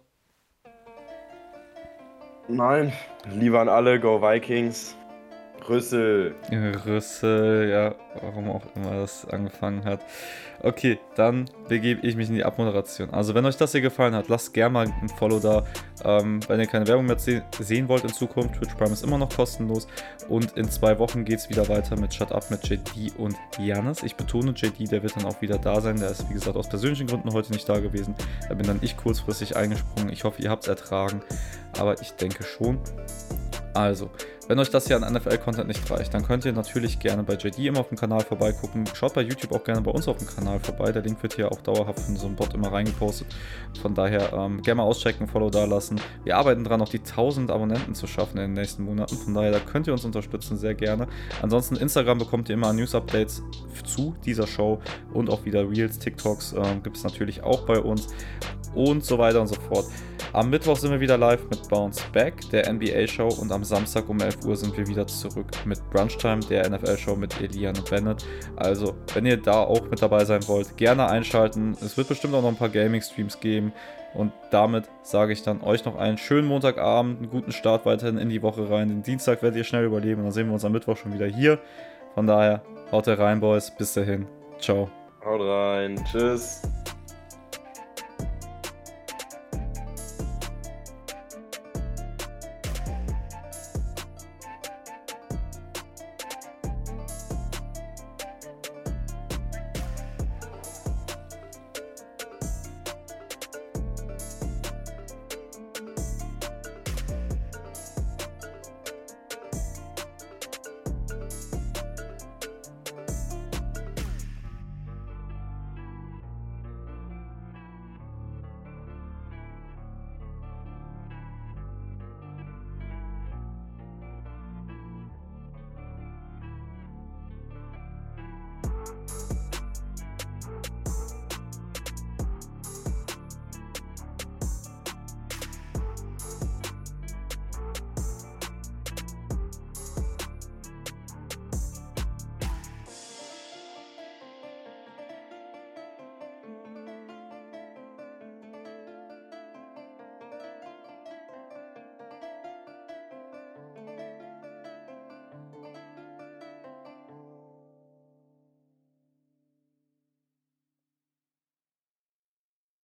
Nein. Lieber an alle, go Vikings. Rüssel. Rüssel, ja, warum auch immer das angefangen hat. Okay, dann begebe ich mich in die Abmoderation. Also wenn euch das hier gefallen hat, lasst gerne mal ein Follow da. Ähm, wenn ihr keine Werbung mehr se- sehen wollt in Zukunft, Twitch Prime ist immer noch kostenlos. Und in zwei Wochen geht es wieder weiter mit Shut Up mit J D und Janis. Ich betone, J D, der wird dann auch wieder da sein. Der ist, wie gesagt, aus persönlichen Gründen heute nicht da gewesen. Da bin dann ich kurzfristig eingesprungen. Ich hoffe, ihr habt es ertragen. Aber ich denke schon. Also, Wenn euch das hier an N F L-Content nicht reicht, dann könnt ihr natürlich gerne bei J D immer auf dem Kanal vorbeigucken. Schaut bei YouTube auch gerne bei uns auf dem Kanal vorbei. Der Link wird hier auch dauerhaft von so einem Bot immer reingepostet. Von daher ähm, gerne mal auschecken, Follow da lassen. Wir arbeiten dran, auch die tausend Abonnenten zu schaffen in den nächsten Monaten. Von daher, da könnt ihr uns unterstützen, sehr gerne. Ansonsten Instagram bekommt ihr immer News-Updates zu dieser Show und auch wieder Reels, TikToks ähm, gibt es natürlich auch bei uns und so weiter und so fort. Am Mittwoch sind wir wieder live mit Bounce Back, der N B A-Show, und am Samstag um elf Uhr sind wir wieder zurück mit Brunch Time, der N F L-Show mit Elian und Bennett. Also, wenn ihr da auch mit dabei sein wollt, gerne einschalten. Es wird bestimmt auch noch ein paar Gaming-Streams geben. Und damit sage ich dann euch noch einen schönen Montagabend, einen guten Start weiterhin in die Woche rein. Den Dienstag werdet ihr schnell überleben und dann sehen wir uns am Mittwoch schon wieder hier. Von daher, haut rein, Boys. Bis dahin. Ciao. Haut rein. Tschüss.